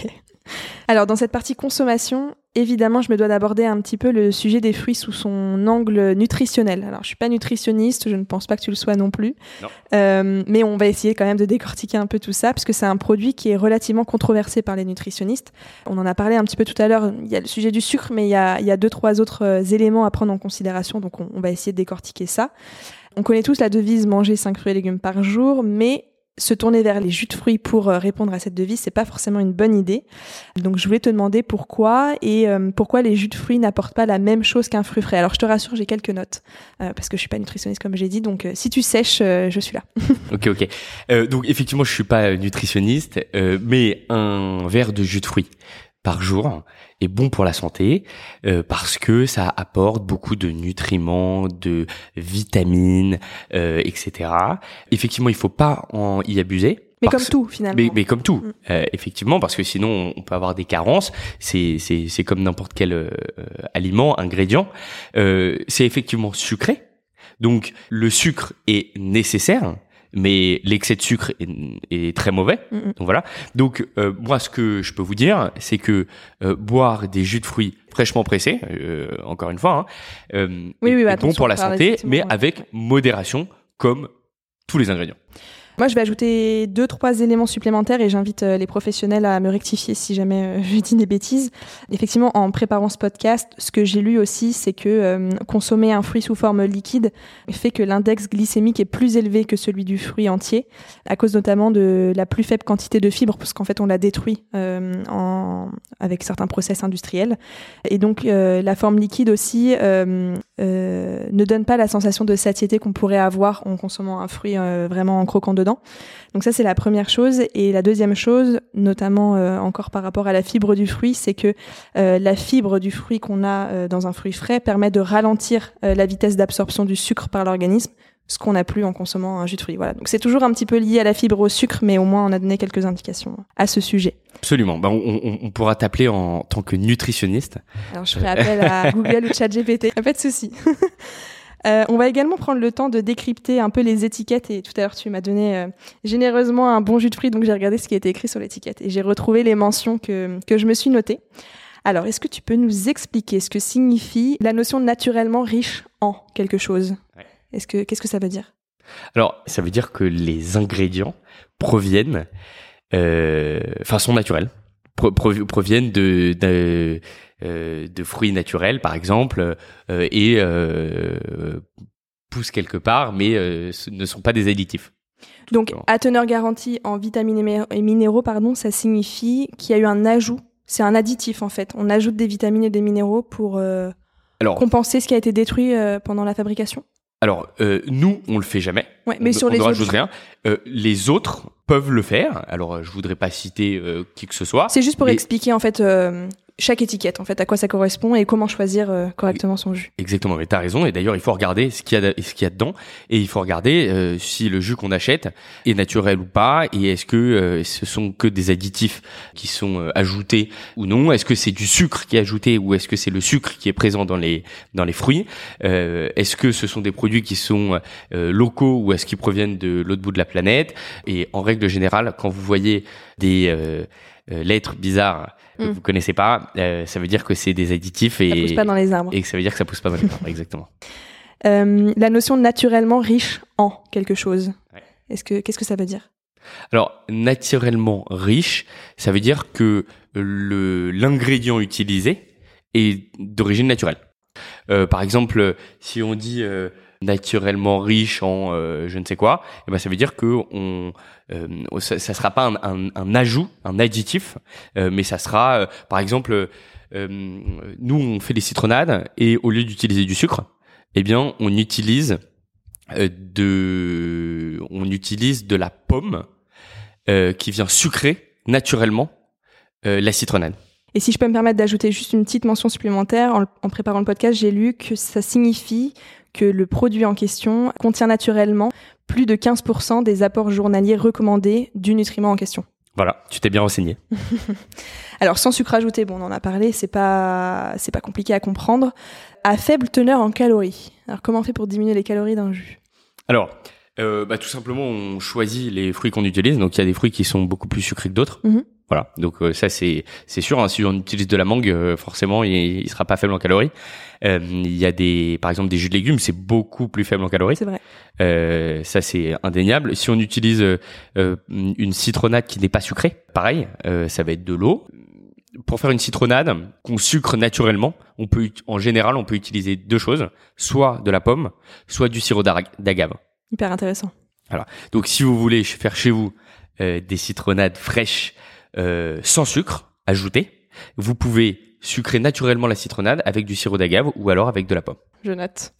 Alors, dans cette partie consommation, évidemment, je me dois d'aborder un petit peu le sujet des fruits sous son angle nutritionnel. Alors, je suis pas nutritionniste, je ne pense pas que tu le sois non plus. Non. Euh, mais on va essayer quand même de décortiquer un peu tout ça, parce que c'est un produit qui est relativement controversé par les nutritionnistes. On en a parlé un petit peu tout à l'heure. Il y a le sujet du sucre, mais il y a, il y a deux, trois autres euh, éléments à prendre en considération. Donc, on, on va essayer de décortiquer ça. On connaît tous la devise manger cinq fruits et légumes par jour, mais se tourner vers les jus de fruits pour répondre à cette devise, c'est pas forcément une bonne idée. Donc je voulais te demander pourquoi et euh, pourquoi les jus de fruits n'apportent pas la même chose qu'un fruit frais. Alors je te rassure, j'ai quelques notes euh, parce que je suis pas nutritionniste comme j'ai dit. Donc euh, si tu sèches, euh, je suis là. Ok, ok. Euh, donc effectivement, je suis pas nutritionniste, euh, mais un verre de jus de fruits par jour est bon pour la santé euh, parce que ça apporte beaucoup de nutriments, de vitamines, euh, et cetera. Effectivement, il faut pas en y abuser. Mais parce... comme tout, finalement. Mais, mais comme tout, mmh. euh, effectivement, parce que sinon on peut avoir des carences. C'est c'est c'est comme n'importe quel euh, aliment, ingrédient. Euh, c'est effectivement sucré, donc le sucre est nécessaire. Mais l'excès de sucre est, est très mauvais. Mm-hmm. Donc voilà. Donc euh, moi, ce que je peux vous dire, c'est que euh, boire des jus de fruits fraîchement pressés, euh, encore une fois, hein, euh, oui, oui, est, bah, est bon pour la santé, mais ouais. avec modération, comme tous les ingrédients. Moi, je vais ajouter deux, trois éléments supplémentaires et j'invite les professionnels à me rectifier si jamais je dis des bêtises. Effectivement, en préparant ce podcast, ce que j'ai lu aussi, c'est que euh, consommer un fruit sous forme liquide fait que l'index glycémique est plus élevé que celui du fruit entier, à cause notamment de la plus faible quantité de fibres, parce qu'en fait, on l'a détruit euh, en, avec certains process industriels. Et donc, euh, la forme liquide aussi euh, euh, ne donne pas la sensation de satiété qu'on pourrait avoir en consommant un fruit euh, vraiment en croquant dedans. Donc ça, c'est la première chose. Et la deuxième chose, notamment euh, encore par rapport à la fibre du fruit, c'est que euh, la fibre du fruit qu'on a euh, dans un fruit frais permet de ralentir euh, la vitesse d'absorption du sucre par l'organisme, ce qu'on n'a plus en consommant un jus de fruit. Voilà. Donc c'est toujours un petit peu lié à la fibre au sucre, mais au moins on a donné quelques indications à ce sujet. Absolument. Ben, on, on, on pourra t'appeler en tant que nutritionniste. Alors je ferai appel à Google ou ChatGPT. Pas de souci. Euh, on va également prendre le temps de décrypter un peu les étiquettes et tout à l'heure tu m'as donné euh, généreusement un bon jus de fruits, donc j'ai regardé ce qui était écrit sur l'étiquette et j'ai retrouvé les mentions que, que je me suis notées. Alors, est-ce que tu peux nous expliquer ce que signifie la notion naturellement riche en quelque chose ? Ouais. Est-ce que, qu'est-ce que ça veut dire ? Alors, ça veut dire que les ingrédients proviennent, euh, enfin sont naturels, pro, pro, proviennent de... de Euh, de fruits naturels par exemple euh, et euh, poussent quelque part mais euh, ce ne sont pas des additifs. Donc à teneur garantie en vitamines et minéraux, pardon, ça signifie qu'il y a eu un ajout, c'est un additif en fait. On ajoute des vitamines et des minéraux pour euh, alors, compenser ce qui a été détruit euh, pendant la fabrication. Alors euh, nous on le fait jamais. Ouais, mais on, sur on les ne autres rajoute rien. Euh, les autres peuvent le faire. Alors je voudrais pas citer euh, qui que ce soit. C'est juste pour mais... expliquer en fait euh, chaque étiquette, en fait, à quoi ça correspond et comment choisir euh, correctement son jus. Exactement, mais t'as raison. Et d'ailleurs, il faut regarder ce qu'il y a, ce qu'il y a dedans, et il faut regarder euh, si le jus qu'on achète est naturel ou pas, et est-ce que euh, ce sont que des additifs qui sont euh, ajoutés ou non. Est-ce que c'est du sucre qui est ajouté ou est-ce que c'est le sucre qui est présent dans les dans les fruits. Euh, est-ce que ce sont des produits qui sont euh, locaux ou est-ce qu'ils proviennent de l'autre bout de la planète. Et en règle générale, quand vous voyez des euh, euh, lettres bizarres que mmh. vous connaissez pas, euh, ça veut dire que c'est des additifs et ça pousse pas dans les arbres. Et que ça veut dire que ça pousse pas dans les arbres, exactement. Euh, la notion de naturellement riche en quelque chose. Ouais. Est-ce que qu'est-ce que ça veut dire ? Alors, naturellement riche, ça veut dire que le l'ingrédient utilisé est d'origine naturelle. Euh, par exemple, si on dit euh, naturellement riche en euh, je ne sais quoi, eh ben ça veut dire que on euh, ça, ça sera pas un, un, un ajout, un additif, euh, mais ça sera euh, par exemple euh, nous on fait des citronnades et au lieu d'utiliser du sucre, eh bien on utilise euh, de on utilise de la pomme euh, qui vient sucrer naturellement euh, la citronnade. Et si je peux me permettre d'ajouter juste une petite mention supplémentaire, en, en préparant le podcast, j'ai lu que ça signifie que le produit en question contient naturellement plus de quinze pour cent des apports journaliers recommandés du nutriment en question. Voilà, tu t'es bien renseigné. Alors, sans sucre ajouté, bon, on en a parlé, c'est pas, c'est pas compliqué à comprendre. À faible teneur en calories. Alors, comment on fait pour diminuer les calories d'un jus ? Alors, euh, bah, tout simplement, on choisit les fruits qu'on utilise. Donc, il y a des fruits qui sont beaucoup plus sucrés que d'autres. Mm-hmm. Voilà, donc euh, ça c'est c'est sûr. Hein, si on utilise de la mangue, euh, forcément, il, il sera pas faible en calories. Euh, il y a des, par exemple, des jus de légumes, c'est beaucoup plus faible en calories. C'est vrai. Euh, ça c'est indéniable. Si on utilise euh, une citronnade qui n'est pas sucrée, pareil, euh, ça va être de l'eau. Pour faire une citronnade qu'on sucre naturellement, on peut, en général, on peut utiliser deux choses, soit de la pomme, soit du sirop d'agave. Hyper intéressant. Voilà. Donc si vous voulez faire chez vous euh, des citronnades fraîches. Euh, sans sucre ajouté, vous pouvez sucrer naturellement la citronnade avec du sirop d'agave ou alors avec de la pomme. Je note.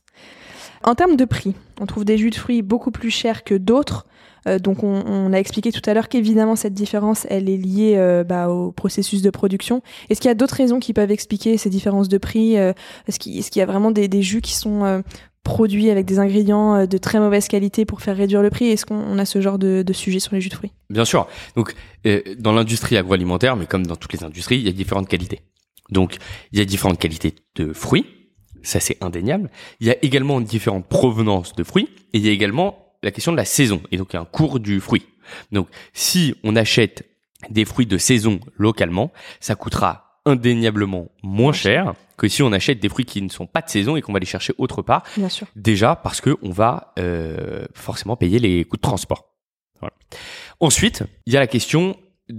En termes de prix, on trouve des jus de fruits beaucoup plus chers que d'autres. Euh, donc on, on a expliqué tout à l'heure qu'évidemment cette différence, elle est liée euh, bah, au processus de production. Est-ce qu'il y a d'autres raisons qui peuvent expliquer ces différences de prix ? euh, Est-ce qu'il, est-ce qu'il y a vraiment des, des jus qui sont euh, produits avec des ingrédients de très mauvaise qualité pour faire réduire le prix? Est-ce qu'on a ce genre de, de sujet sur les jus de fruits? Bien sûr. Donc, euh, dans l'industrie agroalimentaire, mais comme dans toutes les industries, il y a différentes qualités. Donc, il y a différentes qualités de fruits. Ça, c'est indéniable. Il y a également différentes provenances de fruits. Et il y a également la question de la saison. Et donc, il y a un cours du fruit. Donc, si on achète des fruits de saison localement, ça coûtera indéniablement moins cher que si on achète des fruits qui ne sont pas de saison et qu'on va les chercher autre part. Bien sûr. Déjà parce que on va euh, forcément payer les coûts de transport. Voilà. Ensuite, il y a la question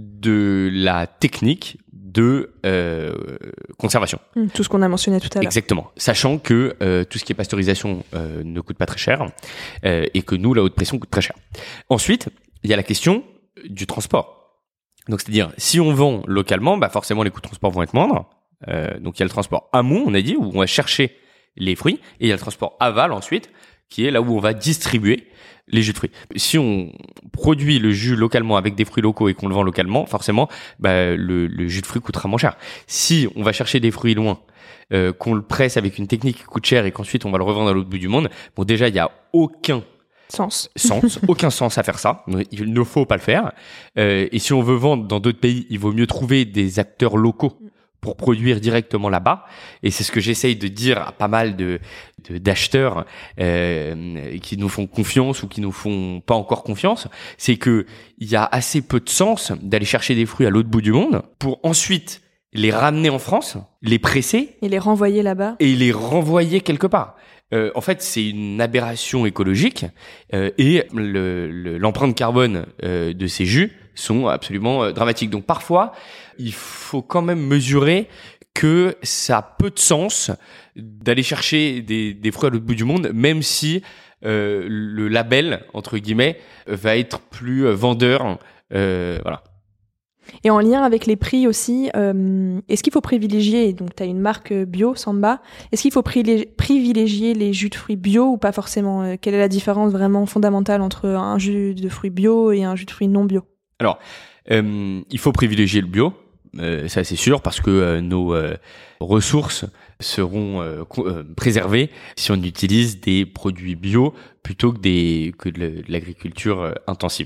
de la technique de euh, conservation. Mmh, tout ce qu'on a mentionné tout à l'heure. Exactement. Sachant que euh, tout ce qui est pasteurisation euh, ne coûte pas très cher euh, et que nous, la haute pression coûte très cher. Ensuite, il y a la question du transport. Donc, c'est-à-dire, si on vend localement, bah forcément, les coûts de transport vont être moindres. Euh, donc, il y a le transport amont, on a dit, où on va chercher les fruits. Et il y a le transport aval, ensuite, qui est là où on va distribuer les jus de fruits. Si on produit le jus localement avec des fruits locaux et qu'on le vend localement, forcément, bah, le, le jus de fruits coûtera moins cher. Si on va chercher des fruits loin, euh, qu'on le presse avec une technique qui coûte cher et qu'ensuite on va le revendre à l'autre bout du monde, bon, déjà, il y a aucun Sens. Sens, aucun sens à faire ça. Il ne faut pas le faire. Euh, et si on veut vendre dans d'autres pays, il vaut mieux trouver des acteurs locaux pour produire directement là-bas. Et c'est ce que j'essaye de dire à pas mal de, de d'acheteurs euh, qui nous font confiance ou qui nous font pas encore confiance. C'est que il y a assez peu de sens d'aller chercher des fruits à l'autre bout du monde pour ensuite les ramener en France, les presser et les renvoyer là-bas et les renvoyer quelque part. Euh, en fait, c'est une aberration écologique euh, et le, le, l'empreinte carbone euh, de ces jus sont absolument euh, dramatiques. Donc parfois, il faut quand même mesurer que ça a peu de sens d'aller chercher des, des fruits à l'autre bout du monde, même si euh, le label, entre guillemets, va être plus euh, vendeur. Euh, voilà. Et en lien avec les prix aussi, euh, est-ce qu'il faut privilégier, donc tu as une marque bio, Samba, est-ce qu'il faut privilégier les jus de fruits bio ou pas forcément? Quelle est la différence vraiment fondamentale entre un jus de fruits bio et un jus de fruits non bio? Alors, euh, il faut privilégier le bio, euh, ça c'est sûr, parce que euh, nos euh, ressources seront euh, euh, préservées si on utilise des produits bio plutôt que, des, que de, de l'agriculture euh, intensive.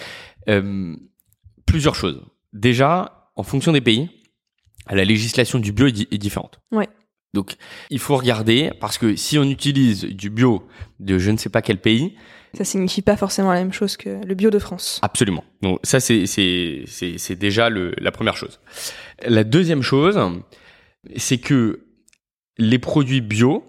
Euh, plusieurs choses. Déjà, en fonction des pays, la législation du bio est, di- est différente. Ouais. Donc, il faut regarder, parce que si on utilise du bio de je ne sais pas quel pays... Ça signifie pas forcément la même chose que le bio de France. Absolument. Donc, ça, c'est, c'est, c'est, c'est déjà le, la première chose. La deuxième chose, c'est que les produits bio...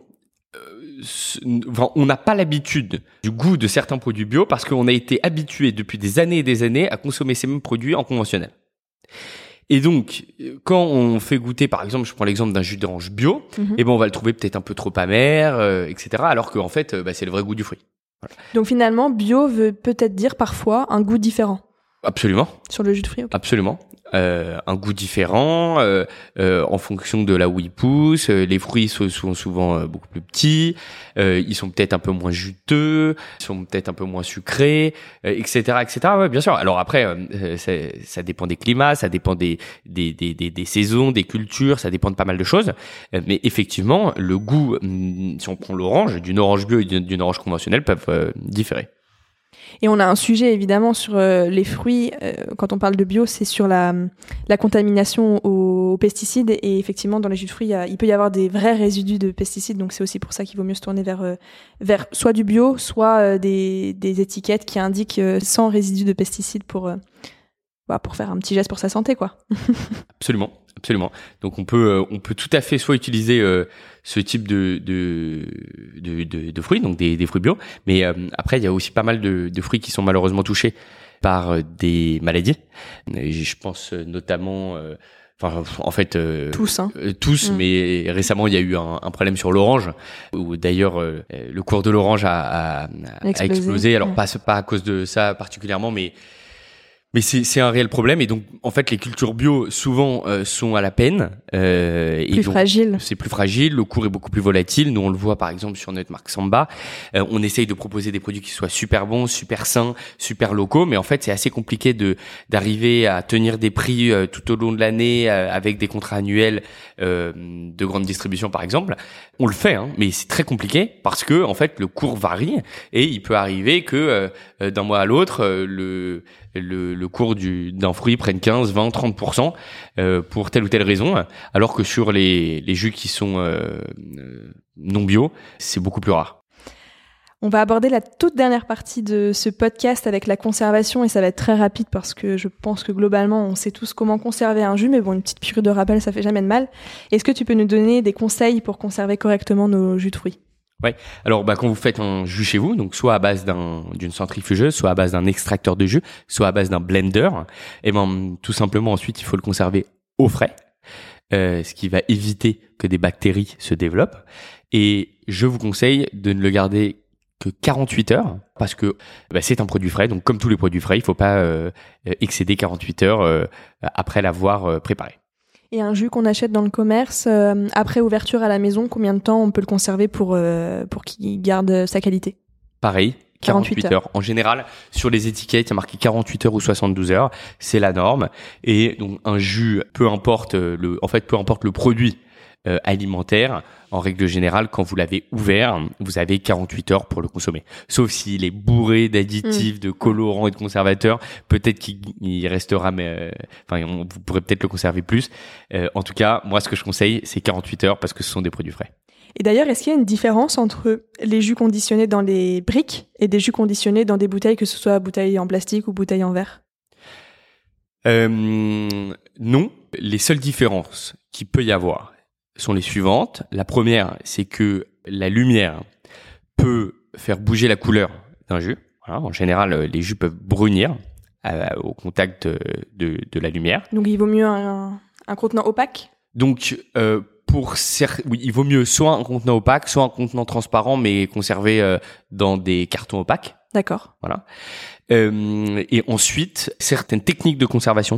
Enfin, on n'a pas l'habitude du goût de certains produits bio parce qu'on a été habitué depuis des années et des années à consommer ces mêmes produits en conventionnel. Et donc, quand on fait goûter, par exemple, je prends l'exemple d'un jus d'orange bio, mm-hmm. et ben on va le trouver peut-être un peu trop amer, euh, et cetera. Alors qu'en fait, bah, c'est le vrai goût du fruit. Voilà. Donc finalement, bio veut peut-être dire parfois un goût différent. Absolument. Sur le jus de fruits. Okay. Absolument. Euh, un goût différent euh, euh, en fonction de là où ils poussent. Euh, les fruits sont, sont souvent euh, beaucoup plus petits. Euh, ils sont peut-être un peu moins juteux. Ils sont peut-être un peu moins sucrés, euh, et cetera, et cetera. Ouais, bien sûr. Alors après, euh, ça, ça dépend des climats, ça dépend des des, des des des saisons, des cultures. Ça dépend de pas mal de choses. Euh, mais effectivement, le goût, si on prend l'orange, d'une orange bio et d'une, d'une orange conventionnelle, peuvent euh, différer. Et on a un sujet évidemment sur euh, les fruits, euh, quand on parle de bio, c'est sur la, la contamination aux, aux pesticides. Et effectivement, dans les jus de fruits, il, y a, il peut y avoir des vrais résidus de pesticides. Donc c'est aussi pour ça qu'il vaut mieux se tourner vers, euh, vers soit du bio, soit euh, des, des étiquettes qui indiquent euh, sans résidus de pesticides pour, euh, bah, pour faire un petit geste pour sa santé, quoi. Absolument, absolument. Donc on peut, euh, on peut tout à fait soit utiliser euh, ce type de de, de de de fruits, donc des des fruits bio, mais euh, après il y a aussi pas mal de de fruits qui sont malheureusement touchés par euh, des maladies. Et je pense notamment euh, Enfin, en fait, euh, tous, hein. euh, tous. Mmh. Mais récemment, il y a eu un, un problème sur l'orange, où d'ailleurs euh, le cours de l'orange a, a, a explosé. explosé. Alors mmh. pas pas à cause de ça particulièrement, mais mais c'est c'est un réel problème. Et donc, en fait, les cultures bio souvent euh, sont à la peine. Euh, plus fragile. C'est plus fragile. Le cours est beaucoup plus volatile. Nous, on le voit par exemple sur notre marque Samba. Euh, on essaye de proposer des produits qui soient super bons, super sains, super locaux, mais en fait, c'est assez compliqué de d'arriver à tenir des prix euh, tout au long de l'année euh, avec des contrats annuels euh, de grande distribution, par exemple. On le fait, hein, mais c'est très compliqué parce que en fait, le cours varie et il peut arriver que euh, d'un mois à l'autre, euh, le le, le cours du, d'un fruit prenne quinze, vingt, trente pour cent euh, pour telle ou telle raison, alors que sur les, les jus qui sont euh, non bio, c'est beaucoup plus rare. On va aborder la toute dernière partie de ce podcast avec la conservation et ça va être très rapide parce que je pense que globalement, on sait tous comment conserver un jus, mais bon, une petite piqûre de rappel, ça fait jamais de mal. Est-ce que tu peux nous donner des conseils pour conserver correctement nos jus de fruits ? Ouais. Alors, bah, quand vous faites un jus chez vous, donc soit à base d'un, d'une centrifugeuse, soit à base d'un extracteur de jus, soit à base d'un blender, et ben, tout simplement, ensuite, il faut le conserver au frais, euh, ce qui va éviter que des bactéries se développent. Et je vous conseille de ne le garder que quarante-huit heures, parce que bah, c'est un produit frais. Donc, comme tous les produits frais, il faut pas euh, excéder quarante-huit heures euh, après l'avoir euh, préparé. Et un jus qu'on achète dans le commerce, euh, après ouverture à la maison, combien de temps on peut le conserver pour, euh, pour qu'il garde sa qualité ? Pareil, quarante-huit, quarante-huit heures. heures. En général, sur les étiquettes, il y a marqué quarante-huit heures ou soixante-douze heures. C'est la norme. Et donc, un jus, peu importe le, en fait, peu importe le produit euh, alimentaire, en règle générale, quand vous l'avez ouvert, vous avez quarante-huit heures pour le consommer. Sauf s'il est bourré d'additifs, mmh. de colorants et de conservateurs, peut-être qu'il restera, mais euh, enfin, on, vous pourrez peut-être le conserver plus. Euh, en tout cas, moi, ce que je conseille, c'est quarante-huit heures parce que ce sont des produits frais. Et d'ailleurs, est-ce qu'il y a une différence entre les jus conditionnés dans les briques et des jus conditionnés dans des bouteilles, que ce soit bouteilles en plastique ou bouteilles en verre ? euh, Non. Les seules différences qu'il peut y avoir sont les suivantes. La première, c'est que la lumière peut faire bouger la couleur d'un jus. Voilà, en général, les jus peuvent brunir euh, au contact de, de la lumière. Donc, il vaut mieux un, un contenant opaque ? Donc, euh, pour cer- oui, il vaut mieux soit un contenant opaque, soit un contenant transparent, mais conservé euh, dans des cartons opaques. D'accord. Voilà. Euh, et ensuite, certaines techniques de conservation.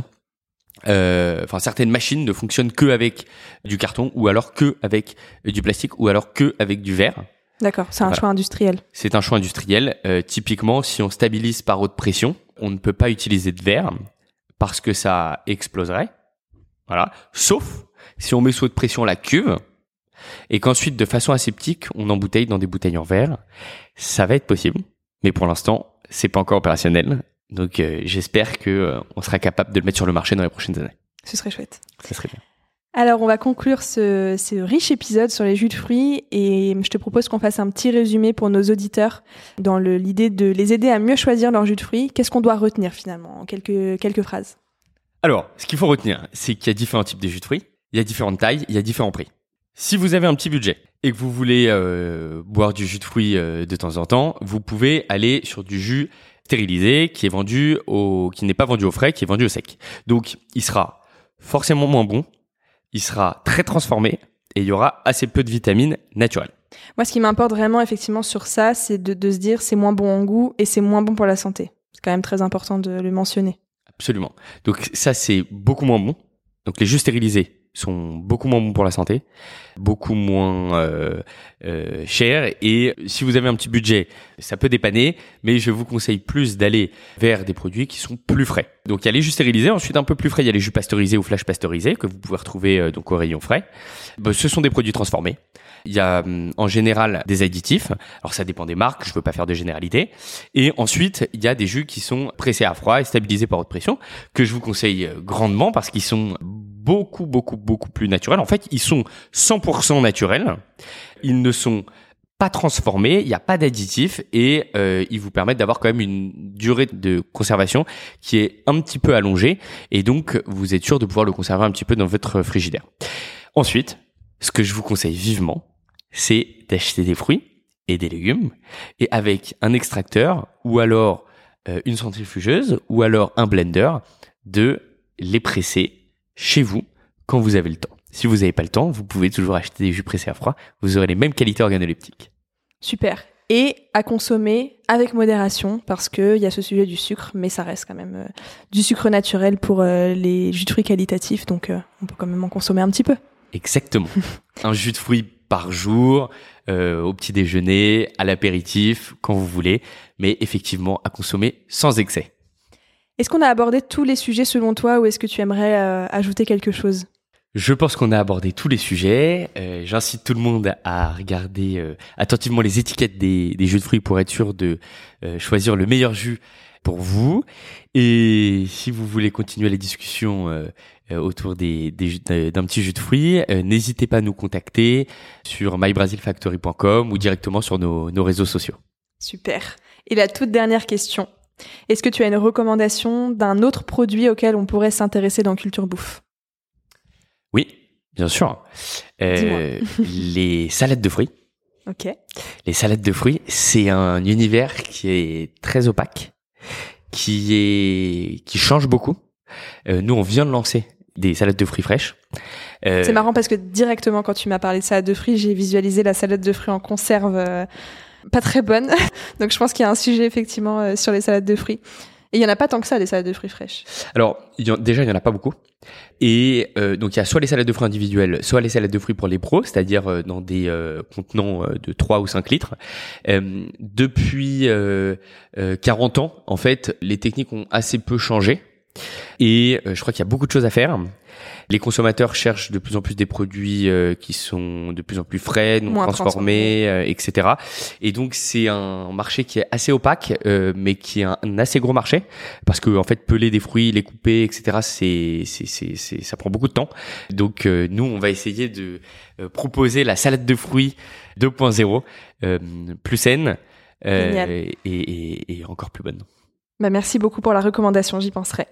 Euh, enfin, certaines machines ne fonctionnent que avec du carton, ou alors que avec du plastique, ou alors que avec du verre. D'accord, c'est un voilà. choix industriel. C'est un choix industriel. Euh, typiquement, si on stabilise par haute pression, on ne peut pas utiliser de verre parce que ça exploserait. Voilà. Sauf si on met sous haute pression la cuve et qu'ensuite, de façon aseptique, on embouteille dans des bouteilles en verre. Ça va être possible, mais pour l'instant, c'est pas encore opérationnel. Donc, euh, j'espère que euh, on sera capable de le mettre sur le marché dans les prochaines années. Ce serait chouette. Ça serait bien. Alors, on va conclure ce, ce riche épisode sur les jus de fruits et je te propose qu'on fasse un petit résumé pour nos auditeurs dans le, l'idée de les aider à mieux choisir leur jus de fruits. Qu'est-ce qu'on doit retenir finalement en quelques, quelques phrases ? Alors, ce qu'il faut retenir, c'est qu'il y a différents types de jus de fruits, il y a différentes tailles, il y a différents prix. Si vous avez un petit budget et que vous voulez euh, boire du jus de fruits euh, de temps en temps, vous pouvez aller sur du jus stérilisé qui est vendu au, qui n'est pas vendu au frais, qui est vendu au sec. Donc, il sera forcément moins bon, il sera très transformé et il y aura assez peu de vitamines naturelles. Moi, ce qui m'importe vraiment effectivement sur ça, c'est de, de se dire c'est moins bon en goût et c'est moins bon pour la santé. C'est quand même très important de le mentionner. Absolument. Donc ça, c'est beaucoup moins bon. Donc les jus stérilisés sont beaucoup moins bons pour la santé, beaucoup moins euh, euh, chers. Et si vous avez un petit budget, ça peut dépanner, mais je vous conseille plus d'aller vers des produits qui sont plus frais. Donc il y a les jus stérilisés, ensuite un peu plus frais, il y a les jus pasteurisés ou flash pasteurisés que vous pouvez retrouver euh, donc au rayon frais. Ben, ce sont des produits transformés. Il y a en général des additifs. Alors ça dépend des marques, je veux pas faire de généralité. Et ensuite, il y a des jus qui sont pressés à froid et stabilisés par haute pression que je vous conseille grandement parce qu'ils sont beaucoup beaucoup beaucoup plus naturels. En fait, ils sont cent pour cent naturels. Ils ne sont pas transformés, il n'y a pas d'additifs et euh, ils vous permettent d'avoir quand même une durée de conservation qui est un petit peu allongée et donc vous êtes sûr de pouvoir le conserver un petit peu dans votre frigidaire. Ensuite, ce que je vous conseille vivement, c'est d'acheter des fruits et des légumes et avec un extracteur ou alors euh, une centrifugeuse ou alors un blender, de les presser chez vous quand vous avez le temps. Si vous n'avez pas le temps, vous pouvez toujours acheter des jus pressés à froid. Vous aurez les mêmes qualités organoleptiques. Super. Et à consommer avec modération parce qu'il y a ce sujet du sucre, mais ça reste quand même euh, du sucre naturel pour euh, les jus de fruits qualitatifs. Donc, euh, on peut quand même en consommer un petit peu. Exactement. Un jus de fruits par jour, euh, au petit déjeuner, à l'apéritif, quand vous voulez, mais effectivement à consommer sans excès. Est-ce qu'on a abordé tous les sujets selon toi ou est-ce que tu aimerais euh, ajouter quelque chose ? Je pense qu'on a abordé tous les sujets. Euh, j'incite tout le monde à regarder euh, attentivement les étiquettes des, des jus de fruits pour être sûr de euh, choisir le meilleur jus pour vous. Et si vous voulez continuer la discussion euh, autour des, des, d'un petit jus de fruits, euh, n'hésitez pas à nous contacter sur my brazil factory point com ou directement sur nos, nos réseaux sociaux. Super. Et la toute dernière question. Est-ce que tu as une recommandation d'un autre produit auquel on pourrait s'intéresser dans Culture Bouffe ? Oui, bien sûr. Euh, les salades de fruits. Ok. Les salades de fruits, c'est un univers qui est très opaque, qui est qui change beaucoup. Euh, nous, on vient de lancer des salades de fruits fraîches. Euh... C'est marrant parce que directement, quand tu m'as parlé de salade de fruits, j'ai visualisé la salade de fruits en conserve, euh, pas très bonne. Donc, je pense qu'il y a un sujet effectivement euh, sur les salades de fruits. Et il y en a pas tant que ça, les salades de fruits fraîches. Alors, il y en, déjà, il y en a pas beaucoup. Et euh, donc, il y a soit les salades de fruits individuelles, soit les salades de fruits pour les pros, c'est-à-dire euh, dans des euh, contenants euh, de trois ou cinq litres. Euh, depuis euh, euh, quarante ans, en fait, les techniques ont assez peu changé. Et euh, je crois qu'il y a beaucoup de choses à faire. Les consommateurs cherchent de plus en plus des produits euh, qui sont de plus en plus frais, non Moins transformés, euh, et cetera. Et donc c'est un marché qui est assez opaque, euh, mais qui est un, un assez gros marché parce que en fait peler des fruits, les couper, et cetera. C'est, c'est, c'est, c'est ça prend beaucoup de temps. Donc euh, nous on va essayer de euh, proposer la salade de fruits deux point zéro, euh, plus saine euh, et, et, et encore plus bonne. Bah merci beaucoup pour la recommandation, j'y penserai.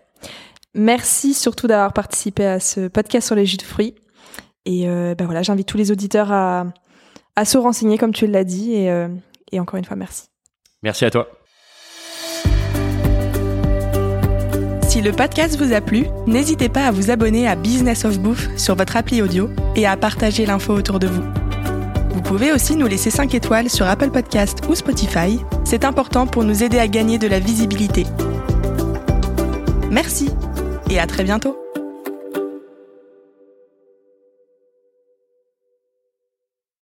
Merci surtout d'avoir participé à ce podcast sur les jus de fruits. Et euh, bah voilà, j'invite tous les auditeurs à, à se renseigner comme tu l'as dit. Et, euh, et encore une fois, merci. Merci à toi. Si le podcast vous a plu, n'hésitez pas à vous abonner à Business of Bouffe sur votre appli audio et à partager l'info autour de vous. Vous pouvez aussi nous laisser cinq étoiles sur Apple Podcast ou Spotify. C'est important pour nous aider à gagner de la visibilité. Merci et à très bientôt.